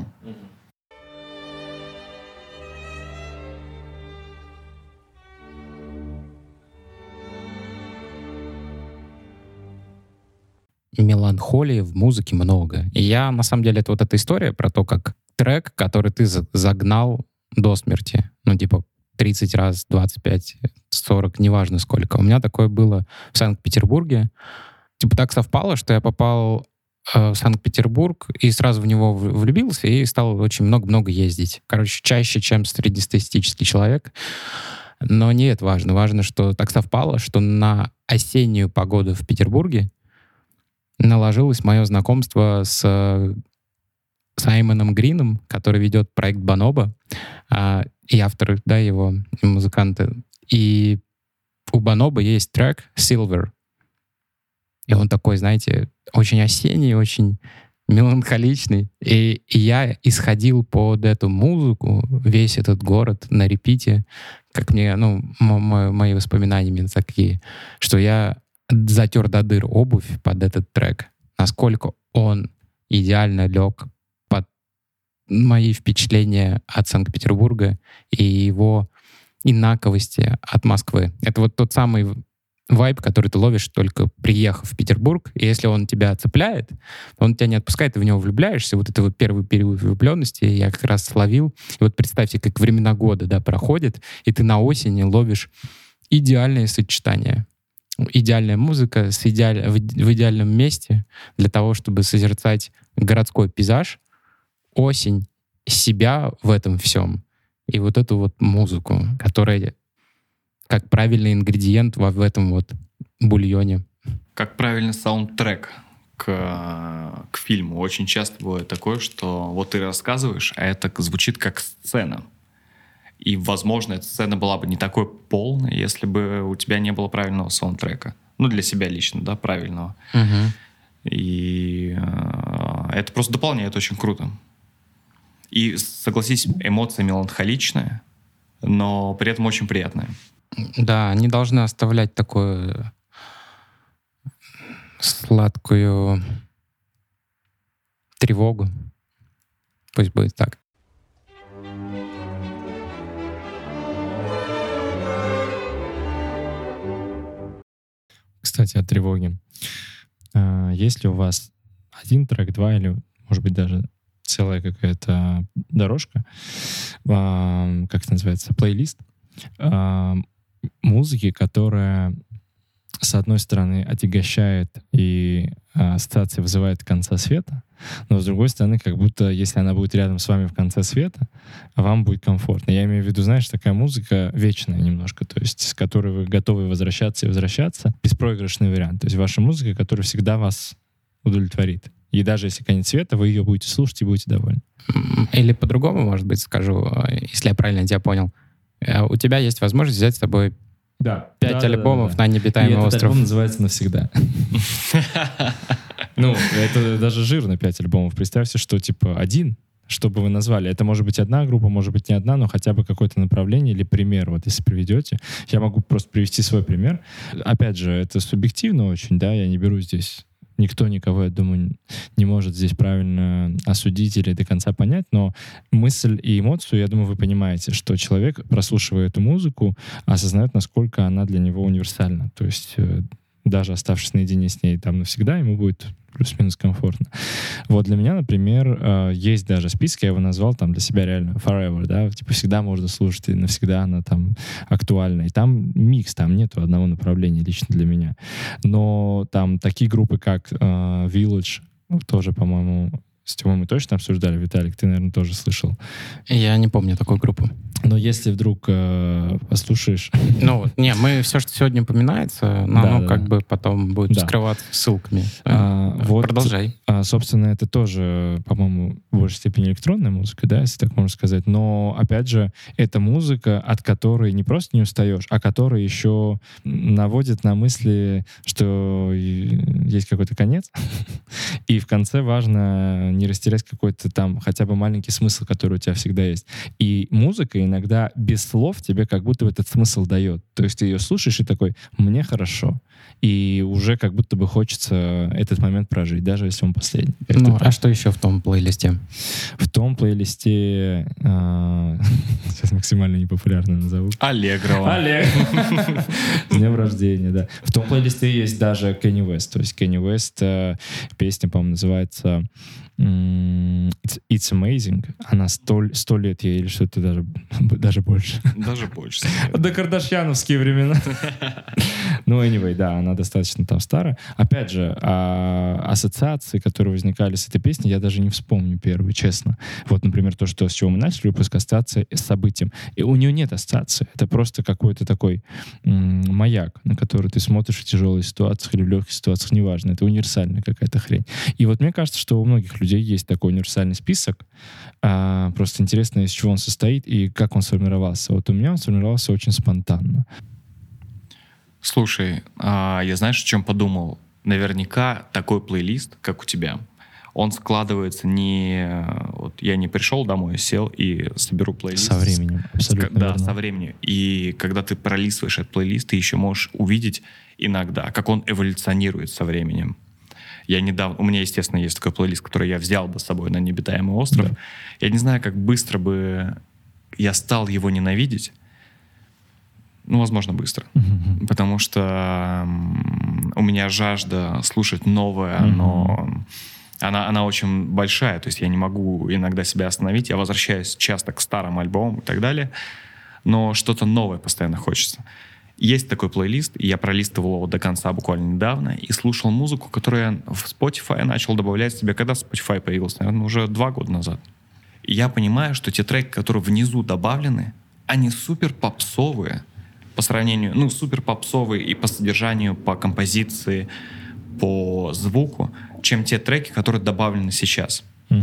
Меланхолии в музыке много. И на самом деле, это вот эта история про то, как трек, который ты загнал до смерти, 30 раз, 25, 40, неважно сколько. У меня такое было в Санкт-Петербурге. Так совпало, что я попал в Санкт-Петербург и сразу в него влюбился и стал очень много-много ездить. Чаще, чем среднестатистический человек. Но не это важно. Важно, что так совпало, что на осеннюю погоду в Петербурге наложилось мое знакомство с Саймоном Грином, который ведет проект Бонобо, и авторы, его, и музыканты. И у Бонобо есть трек «Silver». И он такой, знаете, очень осенний, очень меланхоличный. И я исходил под эту музыку, весь этот город на репите, как мне, мои воспоминания именно такие, что я затер до дыр обувь под этот трек. Насколько он идеально лег под мои впечатления от Санкт-Петербурга и его инаковости от Москвы. Это вот тот самый вайб, который ты ловишь, только приехав в Петербург. И если он тебя цепляет, он тебя не отпускает, ты в него влюбляешься. Вот это вот первый период влюбленности я как раз словил. И вот представьте, как времена года, проходят, и ты на осени ловишь идеальное сочетание. Идеальная музыка в идеальном месте для того, чтобы созерцать городской пейзаж, осень, себя в этом всем. И вот эту вот музыку, которая как правильный ингредиент в этом вот бульоне. Как правильный саундтрек к фильму. Очень часто бывает такое, что вот ты рассказываешь, а это звучит как сцена. И, возможно, эта сцена была бы не такой полной, если бы у тебя не было правильного саундтрека. Для себя лично, правильного. И это просто дополняет очень круто. И, согласись, эмоция меланхоличная, но при этом очень приятная. Да, они должны оставлять такую сладкую тревогу. Пусть будет так. Кстати, о тревоге. Есть ли у вас один трек, два или, может быть, даже целая какая-то дорожка, как это называется, плейлист музыки, которая, с одной стороны, отягощает и ассоциации вызывает конца света, но с другой стороны, как будто, если она будет рядом с вами в конце света, вам будет комфортно. Я имею в виду, знаешь, такая музыка вечная немножко, то есть с которой вы готовы возвращаться и возвращаться. Беспроигрышный вариант. То есть ваша музыка, которая всегда вас удовлетворит. И даже если конец света, вы ее будете слушать и будете довольны. Или по-другому, может быть, скажу, если я правильно тебя понял. У тебя есть возможность взять с собой 5 альбомов на необитаемый остров. И этот альбом называется «Навсегда». Ну, это даже жирно 5 альбомов. Представьте, что типа один, что бы вы назвали. Это может быть одна группа, может быть не одна, но хотя бы какое-то направление или пример. Вот если приведете. Я могу просто привести свой пример. Опять же, это субъективно очень, да, я не беру здесь... Никто никого, я думаю, не может здесь правильно осудить или до конца понять, но мысль и эмоцию, я думаю, вы понимаете, что человек, прослушивая эту музыку, осознает, насколько она для него универсальна. То есть даже оставшись наедине с ней там навсегда, ему будет плюс-минус комфортно. Вот для меня, например, есть даже список, я его назвал там для себя реально forever, да, типа всегда можно слушать, и навсегда она там актуальна. И там микс, там нету одного направления лично для меня. Но там такие группы, как Village, тоже, по-моему, с Тёмой мы точно обсуждали. Виталик, ты, наверное, тоже слышал. Я не помню такую группу. Но если вдруг послушаешь... Ну, не, мы все, что сегодня упоминается, оно как бы потом будет скрываться ссылками. Вот, продолжай. Собственно, это тоже, по-моему, в большей степени электронная музыка, да, если так можно сказать. Но, опять же, это музыка, от которой не просто не устаешь, а которая еще наводит на мысли, что есть какой-то конец. И в конце важно не растерять какой-то там хотя бы маленький смысл, который у тебя всегда есть. И музыка иногда без слов тебе как будто бы этот смысл дает. То есть ты ее слушаешь и такой, мне хорошо. И уже как будто бы хочется этот момент прожить, даже если он последний. Ну, а что еще в том плейлисте? В том плейлисте сейчас максимально непопулярно назову. Аллегрова. С днем рождения, да. В том плейлисте есть даже Kanye West. То есть Kanye West, песня, по-моему, называется It's Amazing. Она 100 лет ей или что-то даже больше. Даже больше. До кардашьяновские времена. Ну, anyway, да, она достаточно там старая. Опять же, ассоциации, которые возникали с этой песней, я даже не вспомню первую, честно. Вот, например, то, что с чего мы начали выпуск, ассоциация с событием. И у нее нет ассоциации. Это просто какой-то такой маяк, на который ты смотришь в тяжелых ситуациях или в легких ситуациях, неважно. Это универсальная какая-то хрень. И вот мне кажется, что у многих людей есть такой универсальный список. Просто интересно, из чего он состоит и как он сформировался. Вот у меня он сформировался очень спонтанно. Слушай, я знаешь, о чем подумал? Наверняка такой плейлист, как у тебя, он складывается не... Вот я не пришел домой, сел и соберу плейлист. Со временем, абсолютно Да, верно. со временем. И когда ты пролистываешь этот плейлист, ты еще можешь увидеть иногда, как он эволюционирует со временем. У меня, естественно, есть такой плейлист, который я взял бы с собой на необитаемый остров. Да. Я не знаю, как быстро бы я стал его ненавидеть. Ну, возможно, быстро. Потому что у меня жажда слушать новое, но она очень большая. То есть я не могу иногда себя остановить. Я возвращаюсь часто к старым альбомам и так далее. Но что-то новое постоянно хочется. Есть такой плейлист, и я пролистывал его до конца буквально недавно и слушал музыку, которую я в Spotify начал добавлять себе, когда Spotify появился, наверное, уже 2 года назад. И я понимаю, что те треки, которые внизу добавлены, они супер попсовые по сравнению, супер попсовые и по содержанию, по композиции, по звуку, чем те треки, которые добавлены сейчас.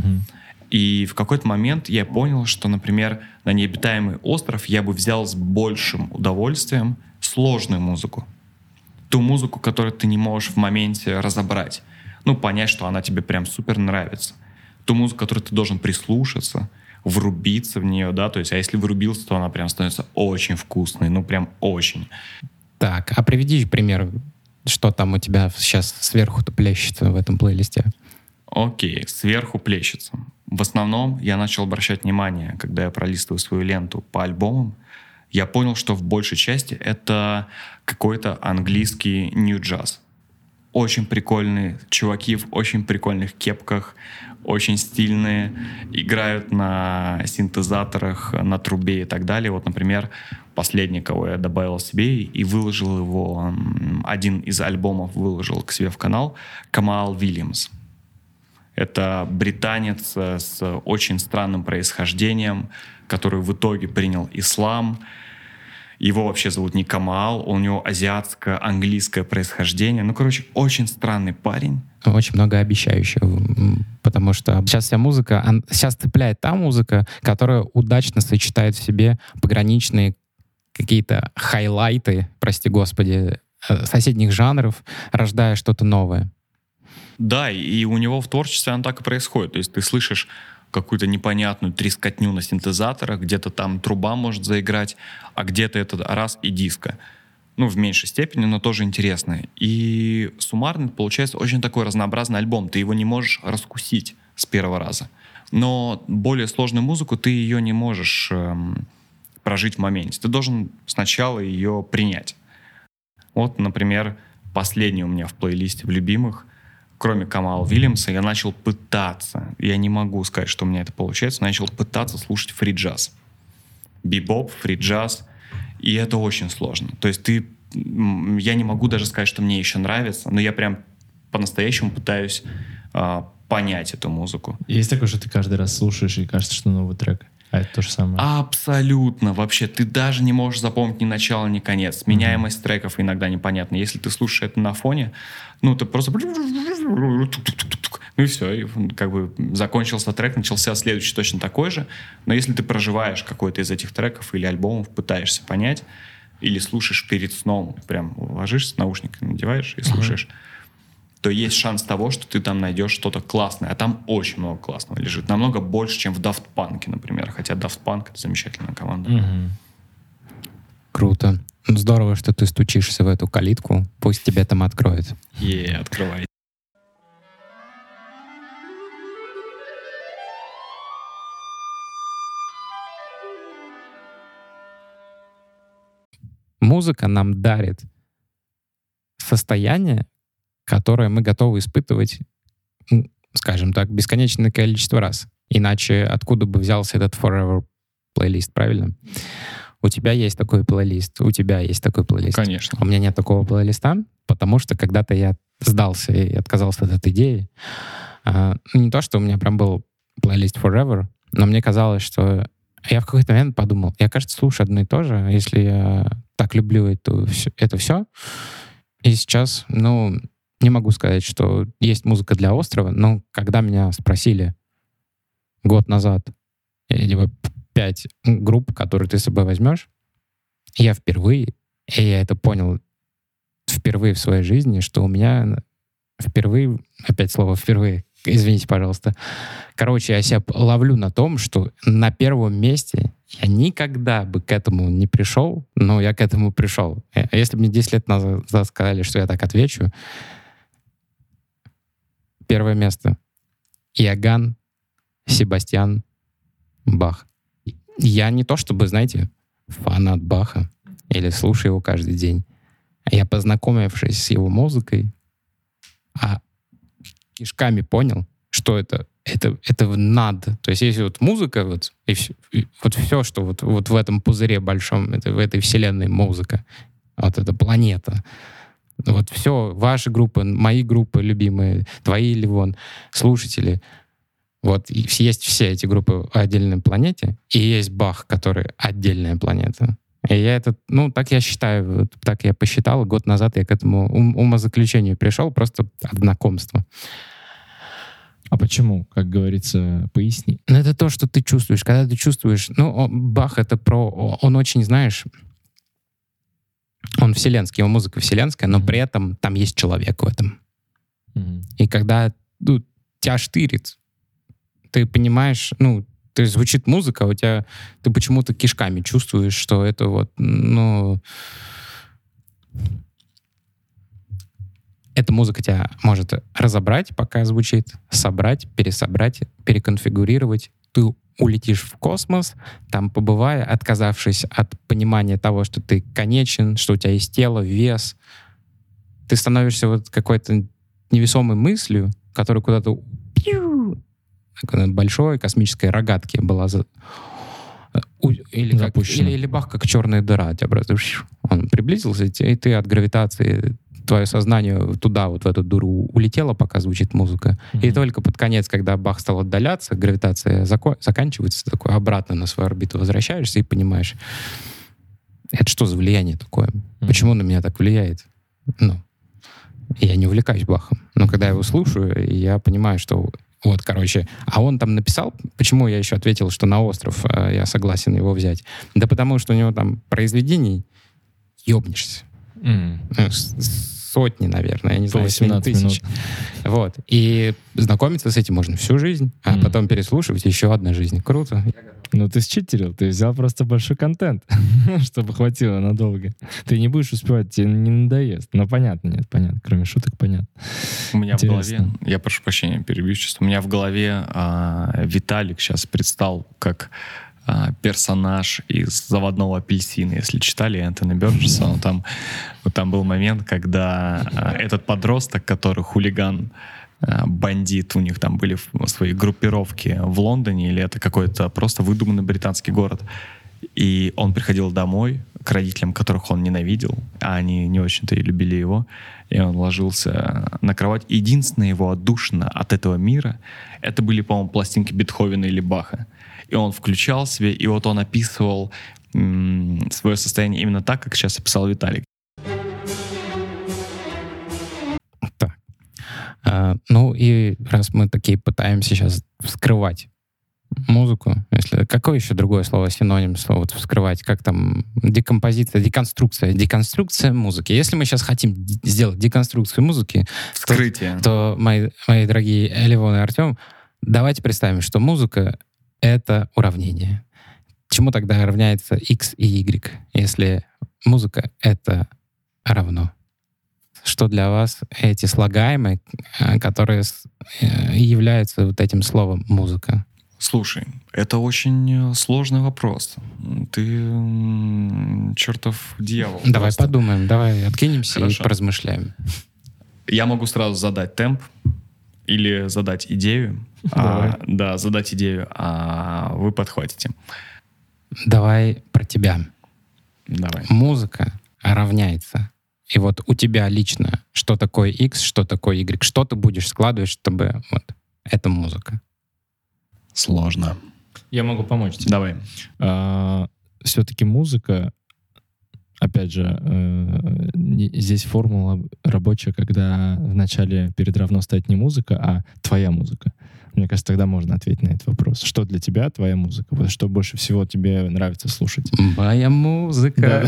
И в какой-то момент я понял, что, например, на необитаемый остров я бы взял с большим удовольствием сложную музыку. Ту музыку, которую ты не можешь в моменте разобрать. Понять, что она тебе прям супер нравится. Ту музыку, которую ты должен прислушаться, врубиться в нее, да, то есть, а если врубился, то она прям становится очень вкусной, прям очень. Так, а приведи пример, что там у тебя сейчас сверху-то плещется в этом плейлисте. Окей, сверху плещется. В основном я начал обращать внимание, когда я пролистываю свою ленту по альбомам, я понял, что в большей части это какой-то английский нью-джаз. Очень прикольные чуваки в очень прикольных кепках, очень стильные, играют на синтезаторах, на трубе и так далее. Вот, например, последний, кого я добавил себе и выложил его, один из альбомов выложил к себе в канал, Камал Вильямс. Это британец с очень странным происхождением, который в итоге принял ислам. Его вообще зовут не Камал, у него азиатско-английское происхождение. Очень странный парень. Очень многообещающего, потому что сейчас вся музыка, сейчас цепляет та музыка, которая удачно сочетает в себе пограничные какие-то хайлайты, прости господи, соседних жанров, рождая что-то новое. Да, и у него в творчестве оно так и происходит. То есть ты слышишь какую-то непонятную трескотню на синтезаторах, где-то там труба может заиграть, а где-то это раз и диско. Ну, в меньшей степени, но тоже интересно. И суммарно получается очень такой разнообразный альбом. Ты его не можешь раскусить с первого раза. Но более сложную музыку ты ее не можешь прожить в моменте. Ты должен сначала ее принять. Вот, например, последний у меня в плейлисте в любимых, кроме Камала Уильямса, я начал пытаться, я не могу сказать, что у меня это получается, начал пытаться слушать фри-джаз. Бибоп, фри-джаз, и это очень сложно. То есть я не могу даже сказать, что мне еще нравится, но я прям по-настоящему пытаюсь понять эту музыку. Есть такое, что ты каждый раз слушаешь и кажется, что новый трек, а это то же самое? Абсолютно. Вообще, ты даже не можешь запомнить ни начало, ни конец. Сменяемость треков иногда непонятна. Если ты слушаешь это на фоне, ну, ты просто... Ну и все, и как бы закончился трек, начался следующий точно такой же. Но если ты проживаешь какой-то из этих треков или альбомов, пытаешься понять, или слушаешь перед сном, прям ложишься, наушники надеваешь и слушаешь, то есть шанс того, что ты там найдешь что-то классное. А там очень много классного лежит. Намного больше, чем в Daft Punk, например. Хотя Daft Punk — это замечательная команда. Круто. Здорово, что ты стучишься в эту калитку. Пусть тебе там откроют. Открывай. Музыка нам дарит состояние, которое мы готовы испытывать, скажем так, бесконечное количество раз. Иначе откуда бы взялся этот Forever плейлист, правильно? У тебя есть такой плейлист, у тебя есть такой плейлист. Конечно. У меня нет такого плейлиста, потому что когда-то я сдался и отказался от этой идеи. Не то, что у меня прям был плейлист Forever, но мне казалось, что я в какой-то момент подумал, я, кажется, слушаю одно и то же, если я так люблю это все. И сейчас, не могу сказать, что есть музыка для острова, но когда меня спросили год назад, либо 5 групп, которые ты с собой возьмешь, я впервые, и я это понял впервые в своей жизни, что у меня впервые, опять слово «впервые», извините, пожалуйста. Короче, я себя ловлю на том, что на первом месте я никогда бы к этому не пришел, но я к этому пришел. Если бы мне 10 лет назад сказали, что я так отвечу, первое место — Иоганн Себастьян Бах. Я не то чтобы, знаете, фанат Баха или слушаю его каждый день. Я, познакомившись с его музыкой, кишками понял, что это надо. То есть есть вот музыка, и все, что вот в этом пузыре большом, в этой вселенной музыка, вот эта планета. Вот все, ваши группы, мои группы любимые, твои, Ливон, слушатели. Вот есть все эти группы в отдельной планете, и есть Бах, который отдельная планета. И я так я считаю, так я посчитал, год назад я к этому умозаключению пришел, просто от знакомства. А почему, как говорится, поясни? Это то, что ты чувствуешь. Когда ты чувствуешь... Бах — это он очень, знаешь... Он вселенский, его музыка вселенская, но при этом там есть человек в этом. И когда тебя штырит, ты понимаешь... То есть звучит музыка, у тебя... Ты почему-то кишками чувствуешь, что это эта музыка тебя может разобрать, пока звучит, собрать, пересобрать, переконфигурировать. Ты улетишь в космос, там побывая, отказавшись от понимания того, что ты конечен, что у тебя есть тело, вес. Ты становишься какой-то невесомой мыслью, которая куда-то большой космической рогатки была или Бах, как черная дыра. Тебя просто он приблизился, и ты от гравитации, твое сознание туда, в эту дыру улетело, пока звучит музыка. И только под конец, когда Бах стал отдаляться, гравитация заканчивается, такой обратно на свою орбиту возвращаешься и понимаешь, это что за влияние такое? Почему на меня так влияет? Я не увлекаюсь Бахом. Но когда я его слушаю, я понимаю, что а он там написал, почему я еще ответил, что на остров я согласен его взять. Да потому что у него там произведений ёбнешься. сотни, наверное, я не знаю, 18 тысяч. Вот. И знакомиться с этим можно всю жизнь, а потом переслушивать еще одна жизнь. Круто. Ну, ты считерил, ты взял просто большой контент, чтобы хватило надолго. Ты не будешь успевать, тебе не надоест. Ну, понятно, нет, понятно. Кроме шуток, понятно. У меня в голове, я прошу прощения, перебью сейчас, у меня в голове Виталик сейчас предстал как персонаж из «Заводного апельсина». Если читали Энтони Бёрджесса, там был момент, когда этот подросток, который хулиган, бандит, у них там были свои группировки в Лондоне, или это какой-то просто выдуманный британский город. И он приходил домой к родителям, которых он ненавидел, а они не очень-то и любили его. И он ложился на кровать. Единственное его отдушина от этого мира — это были, по-моему, пластинки Бетховена или Баха. И он включал себе, и вот он описывал свое состояние именно так, как сейчас описал Виталик. Ну и раз мы такие пытаемся сейчас вскрывать музыку, какое еще другое слово, синоним слова вот вскрывать, как там декомпозиция, деконструкция музыки. Если мы сейчас хотим сделать деконструкцию музыки, вскрытие, то мои дорогие Левон и Артем, давайте представим, что музыка — это уравнение. Чему тогда равняется x и y, если музыка — это равно? Что для вас эти слагаемые, которые являются вот этим словом «музыка»? Слушай, это очень сложный вопрос. Ты чертов дьявол. Давай просто. подумаем, давай откинемся. Хорошо. И поразмышляем. Я могу сразу задать темп или задать идею. Задать идею, а вы подхватите. Давай про тебя. Давай. Музыка равняется. И вот у тебя лично что такое X, что такое Y, что ты будешь складывать, чтобы вот это музыка. Сложно. Я могу помочь тебе. Давай. Все-таки музыка, опять же, здесь формула рабочая, когда вначале перед равно стоит не музыка, а твоя музыка. Мне кажется, тогда можно ответить на этот вопрос. Что для тебя твоя музыка? Вот что больше всего тебе нравится слушать? Моя музыка.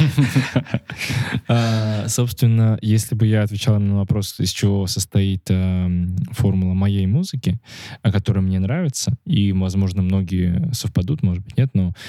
Собственно, если бы я отвечал на вопрос, из чего состоит формула моей музыки, которая мне нравится, и, возможно, многие совпадут, может быть, нет, но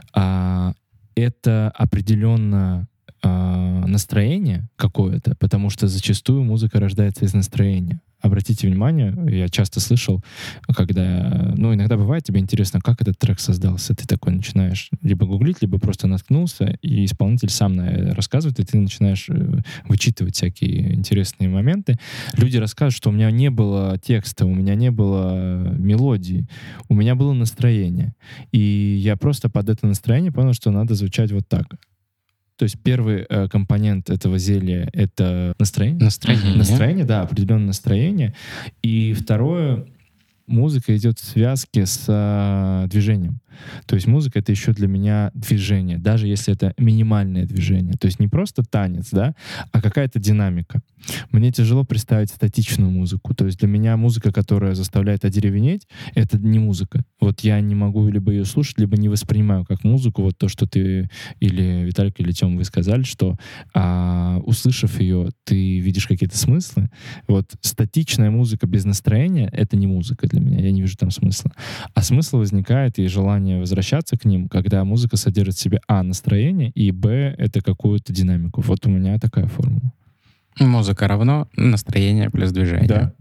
это определенно настроение какое-то, потому что зачастую музыка рождается из настроения. Обратите внимание, я часто слышал, когда, иногда бывает, тебе интересно, как этот трек создался. Ты такой начинаешь либо гуглить, либо просто наткнулся, и исполнитель сам рассказывает, и ты начинаешь вычитывать всякие интересные моменты. Люди рассказывают, что у меня не было текста, у меня не было мелодии, у меня было настроение. И я просто под это настроение понял, что надо звучать вот так. То есть первый компонент этого зелья — это настроение. Настроение, да, определенное настроение. И второе, музыка идет в связке с движением. То есть музыка — это еще для меня движение, даже если это минимальное движение. То есть не просто танец, да, а какая-то динамика. Мне тяжело представить статичную музыку. То есть для меня музыка, которая заставляет одеревенеть, это не музыка. Вот я не могу либо ее слушать, либо не воспринимаю как музыку. Вот то, что ты или Виталик, или Тём, вы сказали, что услышав ее, ты видишь какие-то смыслы. Вот статичная музыка без настроения — это не музыка для меня. Я не вижу там смысла. А смысл возникает и желание возвращаться к ним, когда музыка содержит в себе настроение, и это какую-то динамику. Вот у меня такая формула. Музыка равно настроение плюс движение. Да.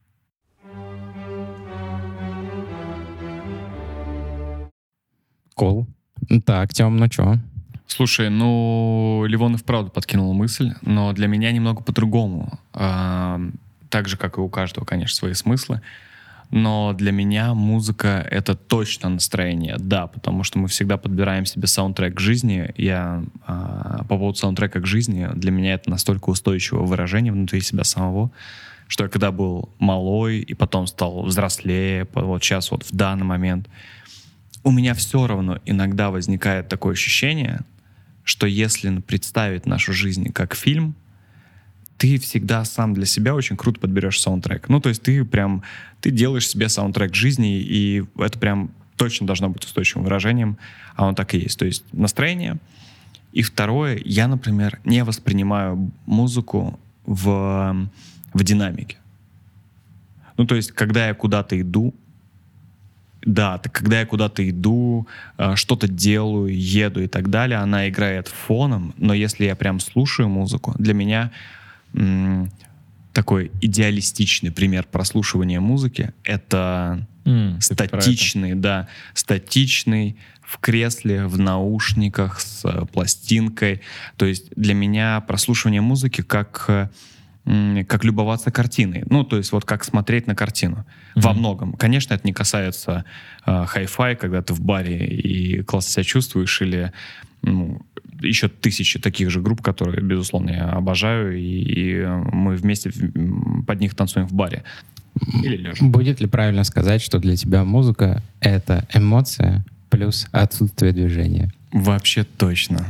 Cool. Так, Тём, ну чё? Слушай, Левон и вправду подкинул мысль, но для меня немного по-другому. Так же, как и у каждого, конечно, свои смыслы. Но для меня музыка — это точно настроение, да, потому что мы всегда подбираем себе саундтрек к жизни. По поводу саундтрека к жизни, для меня это настолько устойчивое выражение внутри себя самого, что я когда был малой и потом стал взрослее, вот сейчас вот в данный момент, у меня все равно иногда возникает такое ощущение, что если представить нашу жизнь как фильм, ты всегда сам для себя очень круто подберешь саундтрек. То есть ты делаешь себе саундтрек жизни, и это прям точно должно быть устойчивым выражением, а он так и есть. То есть настроение. И второе, я, например, не воспринимаю музыку в динамике. Ну, то есть, когда я куда-то иду, что-то делаю, еду и так далее, она играет фоном, но если я прям слушаю музыку, для меня такой идеалистичный пример прослушивания музыки — это статичный в кресле, в наушниках, с пластинкой. То есть для меня прослушивание музыки как любоваться картиной. Ну, то есть вот как смотреть на картину. Во многом. Конечно, это не касается хай-фай, когда ты в баре и классно себя чувствуешь, или еще тысячи таких же групп, которые, безусловно, я обожаю, и мы вместе под них танцуем в баре. Или лежа. Будет ли правильно сказать, что для тебя музыка — это эмоция плюс отсутствие движения? Вообще точно.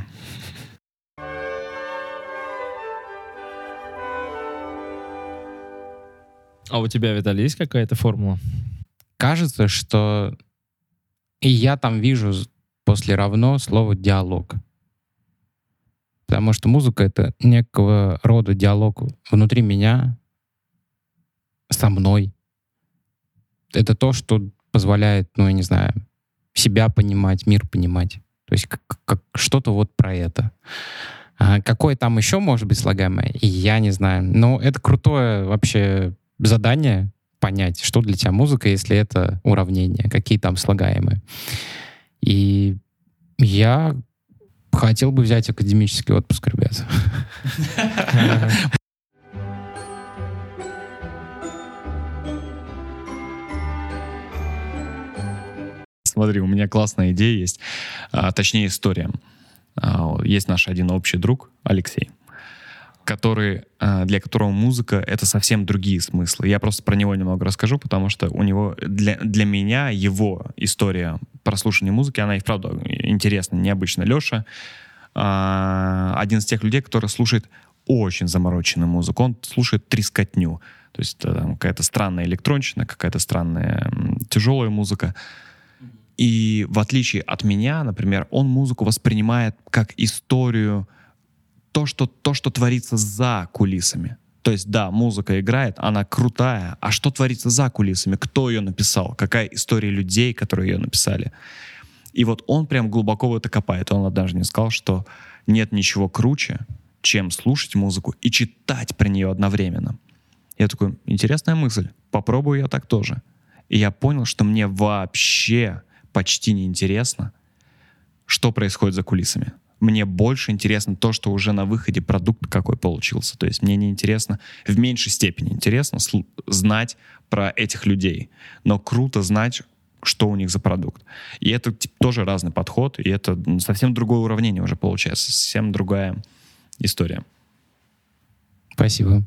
А у тебя, Виталий, есть какая-то формула? Кажется, что и я там вижу после равно слово «диалог». Потому что музыка — это некого рода диалог внутри меня, со мной. Это то, что позволяет, я не знаю, себя понимать, мир понимать. То есть как что-то вот про это. Какое там еще может быть слагаемое, я не знаю. Но это крутое вообще задание понять, что для тебя музыка, если это уравнение, какие там слагаемые. И я хотел бы взять академический отпуск, ребята. Смотри, у меня классная идея есть, точнее история. Есть наш один общий друг, Алексей, для которого музыка — это совсем другие смыслы. Я просто про него немного расскажу, потому что у него, для меня его история прослушивания музыки, она и вправду интересна, необычна. Леша один из тех людей, который слушает очень замороченную музыку. Он слушает трескотню. То есть там какая-то странная электронщина, какая-то странная тяжелая музыка. И в отличие от меня, например, он музыку воспринимает как историю, то, что творится за кулисами. То есть, да, музыка играет, она крутая, а что творится за кулисами? Кто ее написал? Какая история людей, которые ее написали? И вот он прям глубоко в это копает. Он однажды мне сказал, что нет ничего круче, чем слушать музыку и читать про нее одновременно. Я такой, интересная мысль, попробую я так тоже. И я понял, что мне вообще почти не интересно, что происходит за кулисами. Мне больше интересно то, что уже на выходе продукт какой получился. То есть мне не интересно, в меньшей степени интересно знать про этих людей. Но круто знать, что у них за продукт. И это тоже разный подход, и это совсем другое уравнение уже получается, совсем другая история. Спасибо.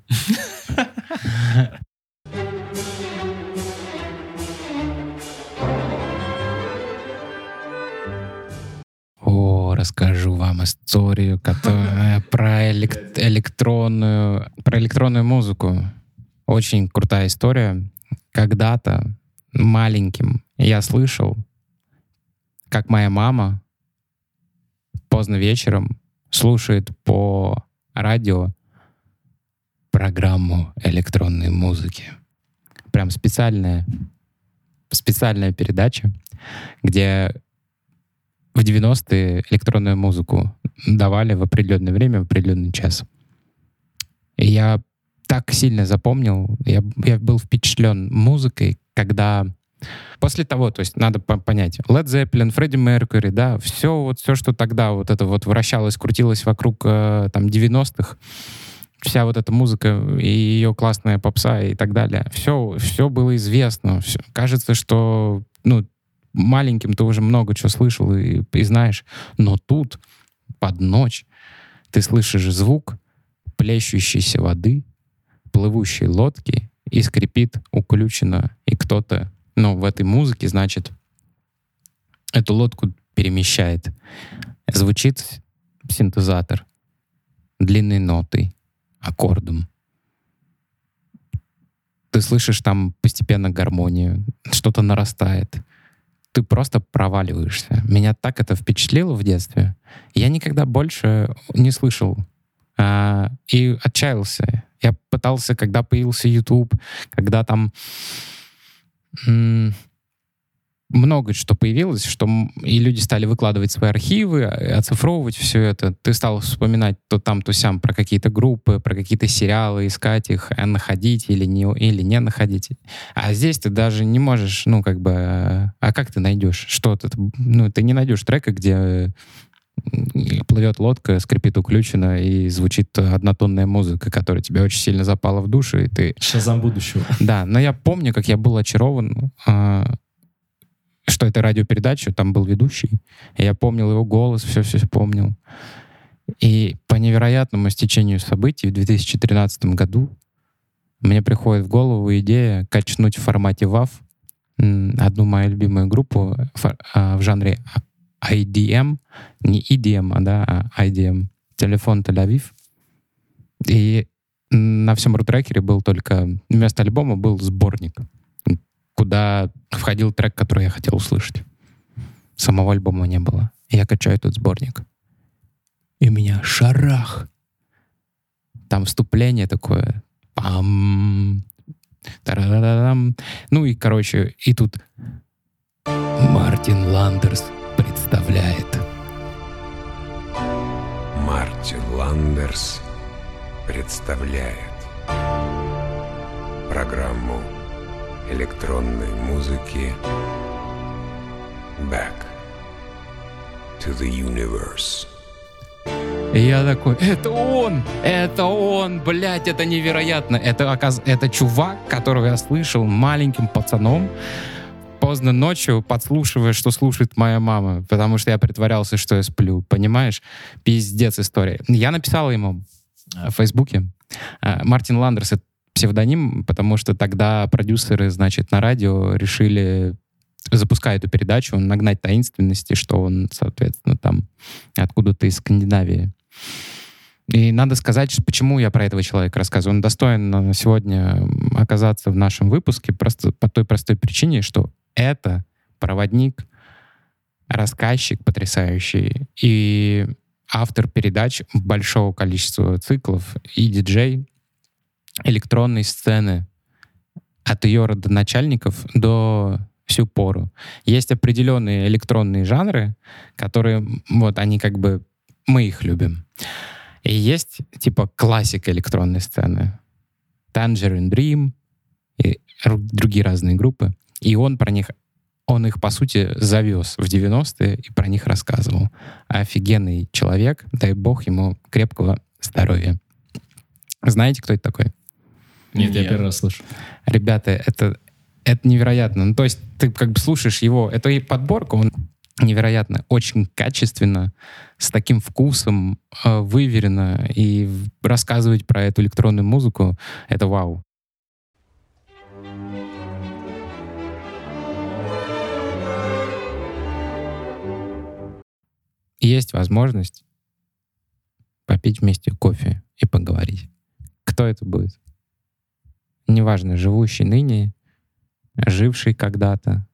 Расскажу вам историю, которая про электронную музыку. Очень крутая история. Когда-то маленьким я слышал, как моя мама поздно вечером слушает по радио программу электронной музыки. Прям специальная передача, где в 90-е электронную музыку давали в определенное время, в определенный час. И я так сильно запомнил, я был впечатлен музыкой, когда после того, то есть надо понять, Led Zeppelin, Freddie Mercury, да, все, что тогда вот это вот вращалось, крутилось вокруг там 90-х, вся вот эта музыка и ее классная попса и так далее, все было известно. Кажется, что, маленьким ты уже много чего слышал и знаешь, но тут под ночь ты слышишь звук плещущейся воды, плывущей лодки, и скрипит уключено, и кто-то, в этой музыке, значит, эту лодку перемещает. Звучит синтезатор длинной нотой, аккордом. Ты слышишь там постепенно гармонию, что-то нарастает. Ты просто проваливаешься. Меня так это впечатлило в детстве. Я никогда больше не слышал и отчаялся. Я пытался, когда появился YouTube, когда там много что появилось, что и люди стали выкладывать свои архивы, оцифровывать все это. Ты стал вспоминать то там, то сям про какие-то группы, про какие-то сериалы, искать их, находить или не находить. А здесь ты даже не можешь, а как ты найдешь что-то? Ты не найдешь трека, где плывет лодка, скрипит уключено, и звучит однотонная музыка, которая тебе очень сильно запала в душу, и ты... Шазам будущего. Да, но я помню, как я был очарован, что это радиопередача, там был ведущий, и я помнил его голос, все помнил. И по невероятному стечению событий в 2013 году мне приходит в голову идея качнуть в формате WAV одну мою любимую группу в жанре IDM, не EDM, а IDM, телефон Тель-Авив. И на всем рутрекере был только, вместо альбома был сборник, куда входил трек, который я хотел услышать. Самого альбома не было. Я качаю этот сборник. И у меня шарах. Там вступление такое. Пам. Тарададам. И, и тут Мартин Ландерс представляет. Мартин Ландерс представляет программу электронной музыки Back to the Universe. И я такой, это он, блядь, это невероятно. Это чувак, которого я слышал маленьким пацаном, поздно ночью, подслушивая, что слушает моя мама, потому что я притворялся, что я сплю, понимаешь? Пиздец история. Я написал ему в Фейсбуке. Мартин Ландерс — это псевдоним, потому что тогда продюсеры, на радио решили, запуская эту передачу, нагнать таинственности, что он, соответственно, там откуда-то из Скандинавии. И надо сказать, почему я про этого человека рассказываю. Он достоин сегодня оказаться в нашем выпуске просто по той простой причине, что это проводник, рассказчик потрясающий и автор передач большого количества циклов и диджей электронной сцены от ее родоначальников до всю пору. Есть определенные электронные жанры, которые, они мы их любим. И есть, классика электронной сцены. Tangerine Dream и другие разные группы. И он их, по сути, завез в 90-е и про них рассказывал. Офигенный человек, дай бог ему крепкого здоровья. Знаете, кто это такой? Нет, я первый раз слышу. Ребята, это невероятно. То есть ты слушаешь его, это и подборка, он невероятно, очень качественно, с таким вкусом, выверено, и рассказывать про эту электронную музыку — это вау. Есть возможность попить вместе кофе и поговорить. Кто это будет? Неважно, живущий ныне, живший когда-то.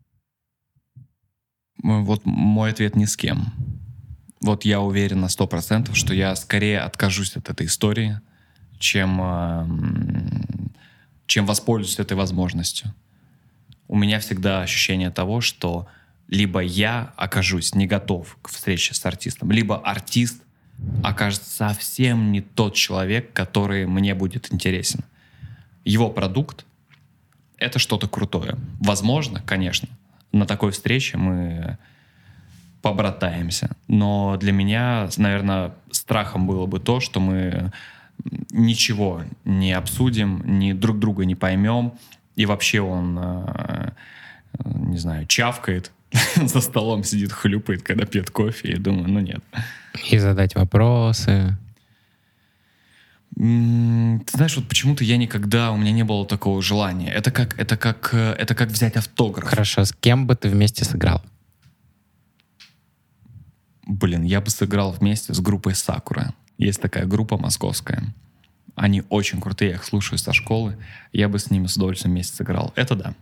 Мой ответ — ни с кем. Я уверен на 100%, что я скорее откажусь от этой истории, чем воспользуюсь этой возможностью. У меня всегда ощущение того, что либо я окажусь не готов к встрече с артистом, либо артист окажется совсем не тот человек, который мне будет интересен. Его продукт — это что-то крутое. Возможно, конечно, на такой встрече мы побратаемся. Но для меня, наверное, страхом было бы то, что мы ничего не обсудим, ни друг друга не поймем, и вообще он, не знаю, чавкает, за столом сидит, хлюпает, когда пьет кофе, и думаю, нет. И задать вопросы. Ты знаешь, почему-то у меня не было такого желания. Это как взять автограф. Хорошо, с кем бы ты вместе сыграл? Я бы сыграл вместе с группой Сакура. Есть такая группа московская. Они очень крутые, я их слушаю со школы. Я бы с ними с удовольствием вместе сыграл. Это да.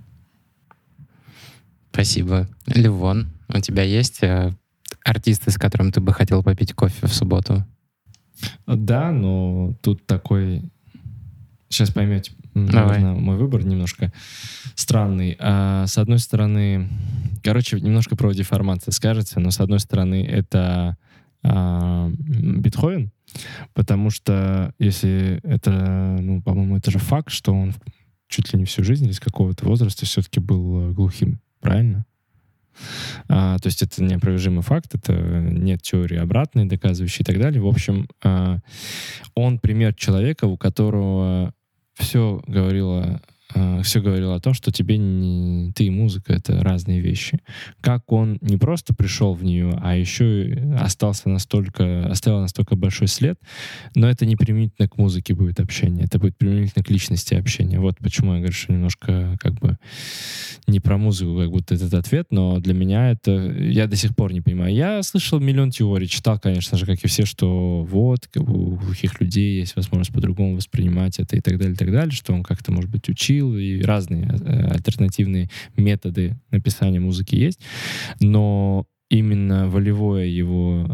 Спасибо. Левон, у тебя есть артисты, с которым ты бы хотел попить кофе в субботу? Да, но тут такой Сейчас поймете, Давай. наверное, мой выбор немножко странный. С одной стороны, немножко про деформацию скажется, но с одной стороны это Бетховен, потому что если это, по-моему, это же факт, что он чуть ли не всю жизнь или с какого-то возраста все-таки был глухим, правильно? То есть это неопровержимый факт, это нет теории обратной, доказывающей и так далее. В общем, он пример человека, у которого все говорило о том, что ты и музыка — это разные вещи. Как он не просто пришел в нее, а еще и оставил настолько большой след, но это не применительно к музыке будет общение, это будет применительно к личности общения. Вот почему я говорю, что немножко не про музыку как будто этот ответ, но для меня это... Я до сих пор не понимаю. Я слышал миллион теорий, читал, конечно же, как и все, что у глухих людей есть возможность по-другому воспринимать это и так далее, что он как-то, может быть, учил, и разные альтернативные методы написания музыки есть, но именно волевое его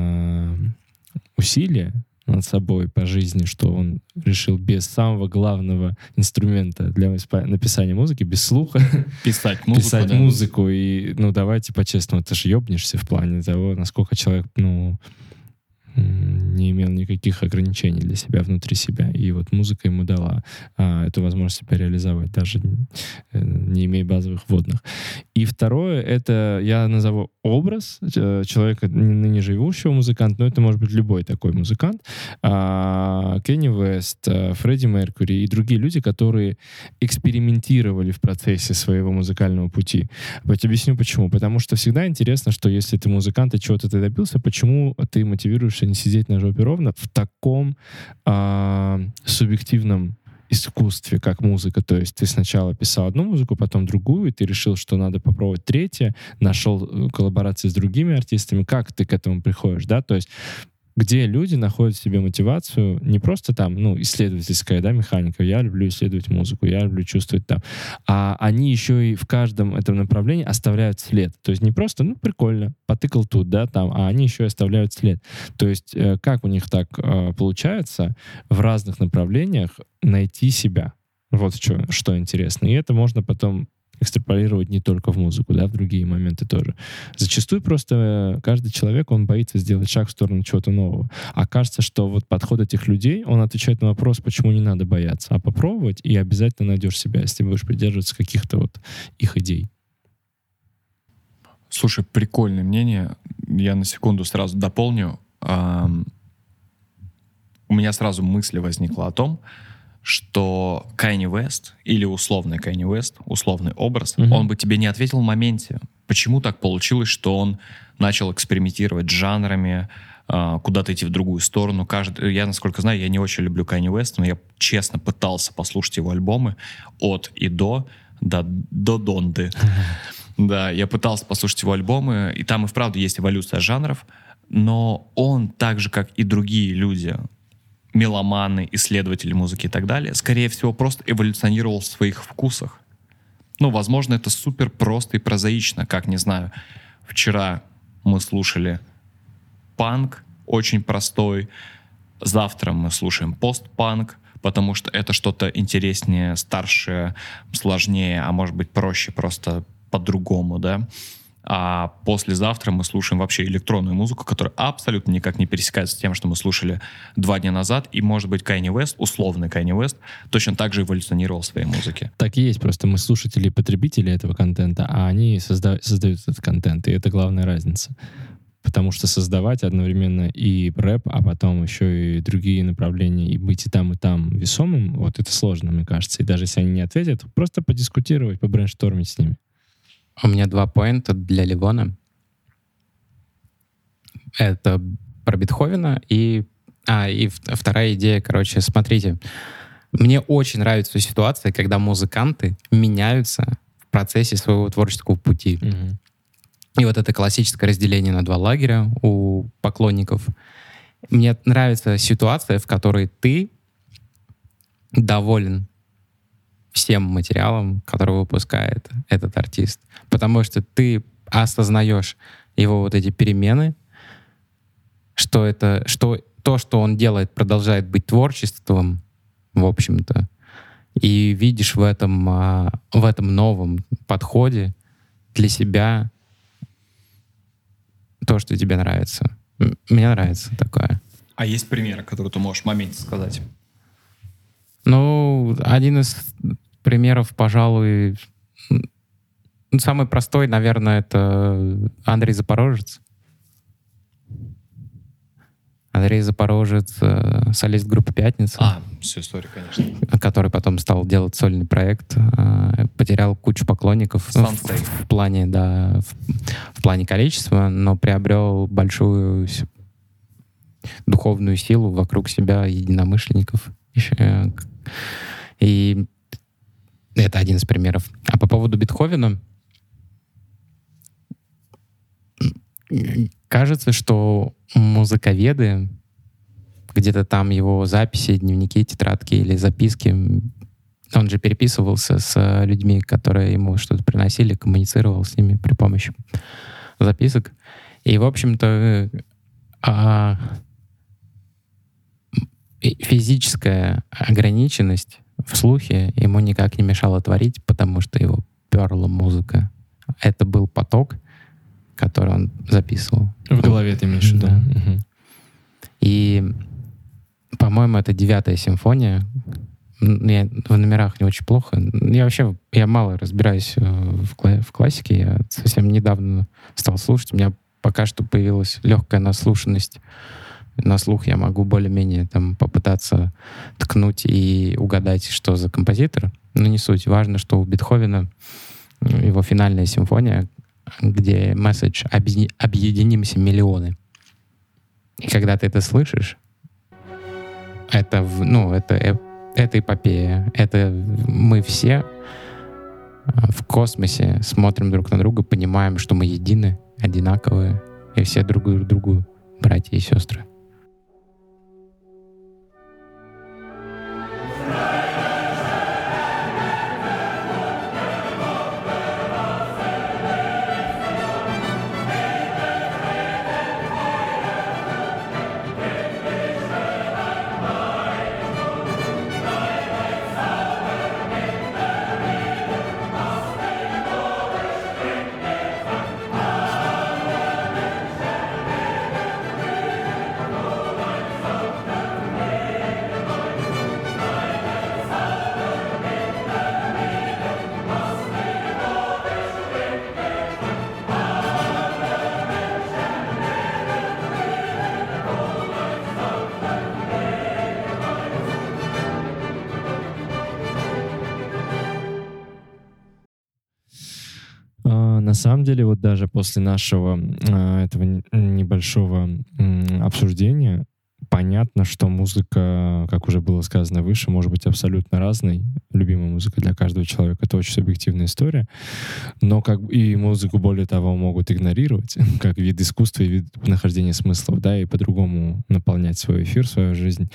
усилие над собой по жизни, что он решил без самого главного инструмента для написания музыки, без слуха, Писать музыку. Музыку. И, давайте по-честному, ты же ёбнешься в плане того, насколько человек, не имел никаких ограничений для себя, внутри себя. И вот музыка ему дала эту возможность себя реализовать, даже не имея базовых вводных. И второе, это я назову образ человека, ныне живущего музыканта, но это может быть любой такой музыкант. Кенни Уэст, Фредди Меркьюри и другие люди, которые экспериментировали в процессе своего музыкального пути. Я тебе объясню, почему. Потому что всегда интересно, что если ты музыкант и чего-то ты добился, почему ты мотивируешься не сидеть на жопе ровно в таком субъективном искусстве, как музыка. То есть ты сначала писал одну музыку, потом другую, и ты решил, что надо попробовать третье, нашел коллаборации с другими артистами. Как ты к этому приходишь, да? То есть где люди находят в себе мотивацию не просто там, исследовательская, механика. Я люблю исследовать музыку, я люблю чувствовать там. А они еще и в каждом этом направлении оставляют след. То есть не просто, прикольно, потыкал тут, а они еще и оставляют след. То есть как у них так получается в разных направлениях найти себя? Вот что интересно. И это можно потом экстраполировать не только в музыку, в другие моменты тоже. Зачастую просто каждый человек, он боится сделать шаг в сторону чего-то нового. А кажется, что вот подход этих людей, он отвечает на вопрос, почему не надо бояться, а попробовать, и обязательно найдешь себя, если будешь придерживаться каких-то их идей. Слушай, прикольное мнение. Я на секунду сразу дополню. У меня сразу мысль возникла о том, что Kanye West или условный Kanye West, условный образ, он бы тебе не ответил в моменте. Почему так получилось, что он начал экспериментировать с жанрами, куда-то идти в другую сторону. Я, насколько знаю, я не очень люблю Kanye West, но я честно пытался послушать его альбомы от и до Донды. Да, я пытался послушать его альбомы, и там и вправду есть эволюция жанров, но он так же, как и другие люди, меломаны, исследователи музыки и так далее, скорее всего, просто эволюционировал в своих вкусах. Возможно, это супер просто и прозаично, как, не знаю, вчера мы слушали панк, очень простой, завтра мы слушаем постпанк, потому что это что-то интереснее, старшее, сложнее, а может быть проще, просто по-другому, А послезавтра мы слушаем вообще электронную музыку, которая абсолютно никак не пересекается с тем, что мы слушали 2 дня назад. И, может быть, Kanye West, условный Kanye West, точно так же эволюционировал в своей музыке. Так и есть. Просто мы слушатели и потребители этого контента, а они создают этот контент. И это главная разница. Потому что создавать одновременно и рэп, а потом еще и другие направления, и быть и там весомым, вот это сложно, мне кажется. И даже если они не ответят, просто подискутировать, побрейнштормить с ними. У меня 2 поинта для Ливона. Это про Бетховена и вторая идея, смотрите. Мне очень нравится ситуация, когда музыканты меняются в процессе своего творческого пути. И вот это классическое разделение на 2 лагеря у поклонников. Мне нравится ситуация, в которой ты доволен всем материалом, который выпускает этот артист. Потому что ты осознаешь его вот эти перемены, что то, что он делает, продолжает быть творчеством, в общем-то, и видишь в этом новом подходе для себя то, что тебе нравится. Мне нравится такое. А есть примеры, которые ты можешь в моменте сказать? Ну, один из примеров, пожалуй, самый простой, наверное, это Андрей Запорожец. Андрей Запорожец, солист группы «Пятница». Всю историю, конечно. Который потом стал делать сольный проект, потерял кучу поклонников в плане, да, в плане количества, но приобрел большую духовную силу вокруг себя, единомышленников. И это один из примеров. А по поводу Бетховена, кажется, что музыковеды, где-то там его записи, дневники, тетрадки или записки, он же переписывался с людьми, которые ему что-то приносили, коммуницировал с ними при помощи записок. И, в общем-то, физическая ограниченность в слухе ему никак не мешала творить, потому что его перла музыка. Это был поток, который он записывал. В голове ты имеешь в виду? Да. Угу. И, по-моему, это 9-я симфония. Я в номерах не очень плохо. Я мало разбираюсь в классике. Я совсем недавно стал слушать. У меня пока что появилась легкая наслушанность. На слух я могу более-менее там попытаться ткнуть и угадать, что за композитор. Но не суть. Важно, что у Бетховена его финальная симфония, где месседж «Объединимся миллионы». И когда ты это слышишь, это эпопея. Это мы все в космосе смотрим друг на друга, понимаем, что мы едины, одинаковые, и все друг другу братья и сестры. На самом деле, вот даже после нашего этого небольшого обсуждения понятно, что музыка, как уже было сказано выше, может быть абсолютно разной. Любимая музыка для каждого человека — это очень субъективная история. Но и музыку, более того, могут игнорировать как вид искусства и вид нахождения смыслов, да, и по-другому наполнять свой эфир, свою жизнь.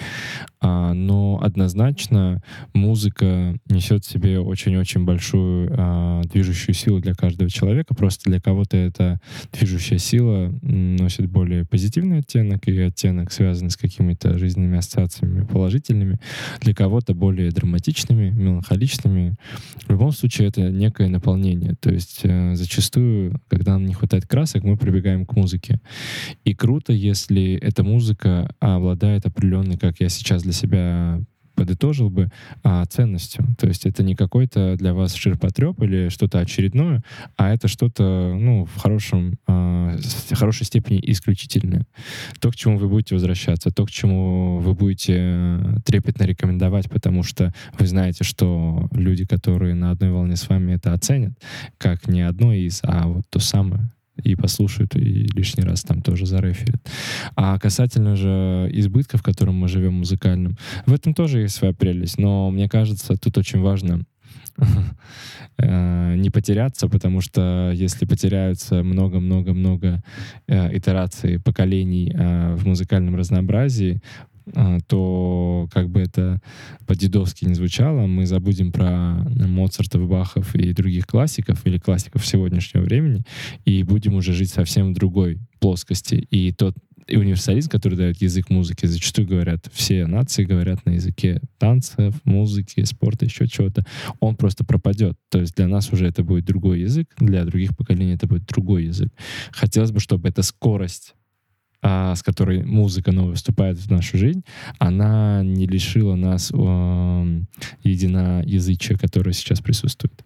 Но однозначно музыка несет в себе очень-очень большую движущую силу для каждого человека. Просто для кого-то эта движущая сила носит более позитивный оттенок и оттенок, связанный с какими-то жизненными ассоциациями положительными, для кого-то более драматичными, меланхоличными. В любом случае, это некое наполнение. То есть зачастую, когда нам не хватает красок, мы прибегаем к музыке. И круто, если эта музыка обладает определенной, как я сейчас для себя подытожил бы, ценностью. То есть это не какой-то для вас ширпотреб или что-то очередное, а это что-то, в хорошей степени исключительное. То, к чему вы будете возвращаться, то, к чему вы будете трепетно рекомендовать, потому что вы знаете, что люди, которые на одной волне с вами, это оценят, как не одно из, а вот то самое. И послушают, и лишний раз там тоже зареферят. А касательно же избытка, в котором мы живем музыкальным, в этом тоже есть своя прелесть. Но мне кажется, тут очень важно не потеряться, потому что если потеряются много-много-много итераций, поколений в музыкальном разнообразии, то, как бы это по-дедовски не звучало, мы забудем про Моцартов, Бахов и других классиков или классиков сегодняшнего времени и будем уже жить совсем в другой плоскости. И тот и универсализм, который дает язык музыки, зачастую говорят, все нации говорят на языке танцев, музыки, спорта, еще чего-то, он просто пропадет. То есть для нас уже это будет другой язык, для других поколений это будет другой язык. Хотелось бы, чтобы эта скорость, с которой музыка новая вступает в нашу жизнь, она не лишила нас единоязычия, которое сейчас присутствует.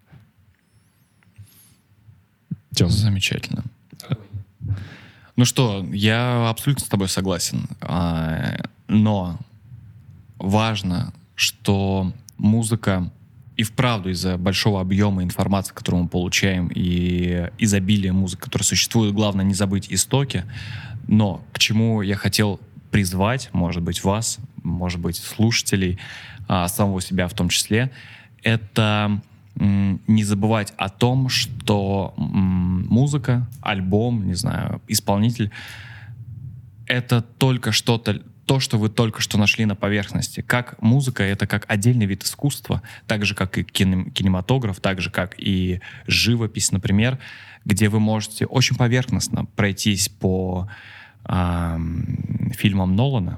Тём. Замечательно. Ну что, я абсолютно с тобой согласен. Но важно, что музыка и вправду из-за большого объема информации, которую мы получаем, и изобилия музыки, которая существует, главное не забыть истоки. Но к чему я хотел призвать, может быть, вас, может быть, слушателей, самого себя в том числе, это не забывать о том, что музыка, альбом, не знаю, исполнитель — это только что-то, то, что вы только что нашли на поверхности. Как музыка — это как отдельный вид искусства, так же, как и кинематограф, так же, как и живопись, например, где вы можете очень поверхностно пройтись по фильмам Нолана,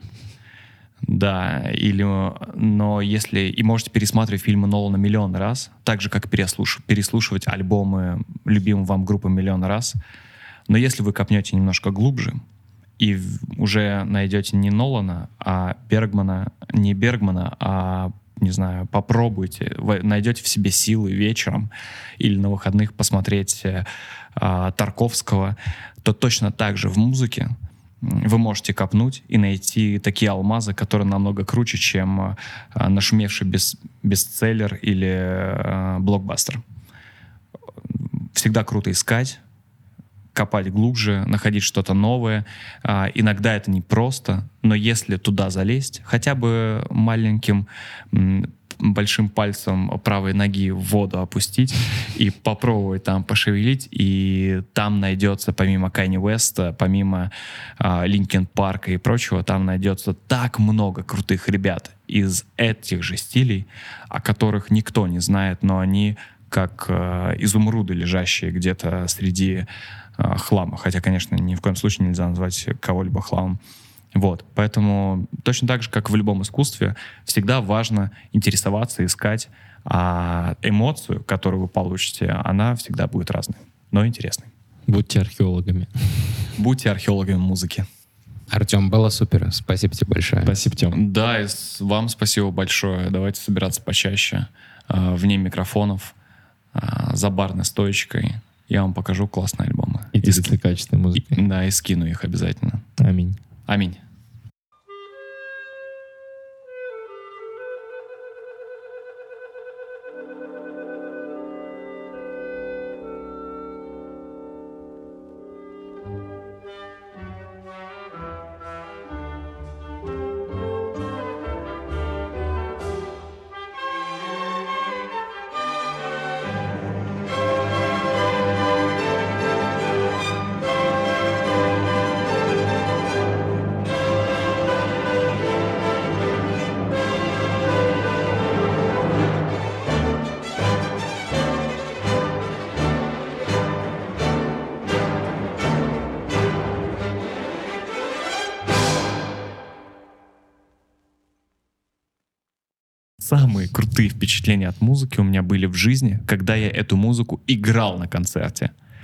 да, но если и можете пересматривать фильмы Нолана миллион раз, так же, как переслушивать альбомы любимой вам группы миллион раз, но если вы копнете немножко глубже и уже найдете не Нолана, а не Бергмана, а, не знаю, попробуйте, вы найдете в себе силы вечером или на выходных посмотреть Тарковского, то точно так же в музыке вы можете копнуть и найти такие алмазы, которые намного круче, чем нашумевший бестселлер или блокбастер. Всегда круто искать, копать глубже, находить что-то новое. Иногда это непросто, но если туда залезть, хотя бы маленьким большим пальцем правой ноги в воду опустить и попробовать там пошевелить, и там найдется, помимо Kanye West, помимо Linkin Park и прочего, там найдется так много крутых ребят из этих же стилей, о которых никто не знает, но они как изумруды, лежащие где-то среди хлама. Хотя, конечно, ни в коем случае нельзя назвать кого-либо хламом. Вот, поэтому точно так же, как в любом искусстве, всегда важно интересоваться, искать, а эмоцию, которую вы получите, она всегда будет разной, но интересной. Будьте археологами. Будьте археологами музыки. Артем, было супер. Спасибо тебе большое. Спасибо, Тём. Да, и вам спасибо большое. Давайте собираться почаще, вне микрофонов, за барной стоечкой. Я вам покажу классные альбомы. И диски качественной музыки. Да, и скину их обязательно. Аминь. Аминь. Самые крутые впечатления от музыки у меня были в жизни, когда я эту музыку играл на концерте.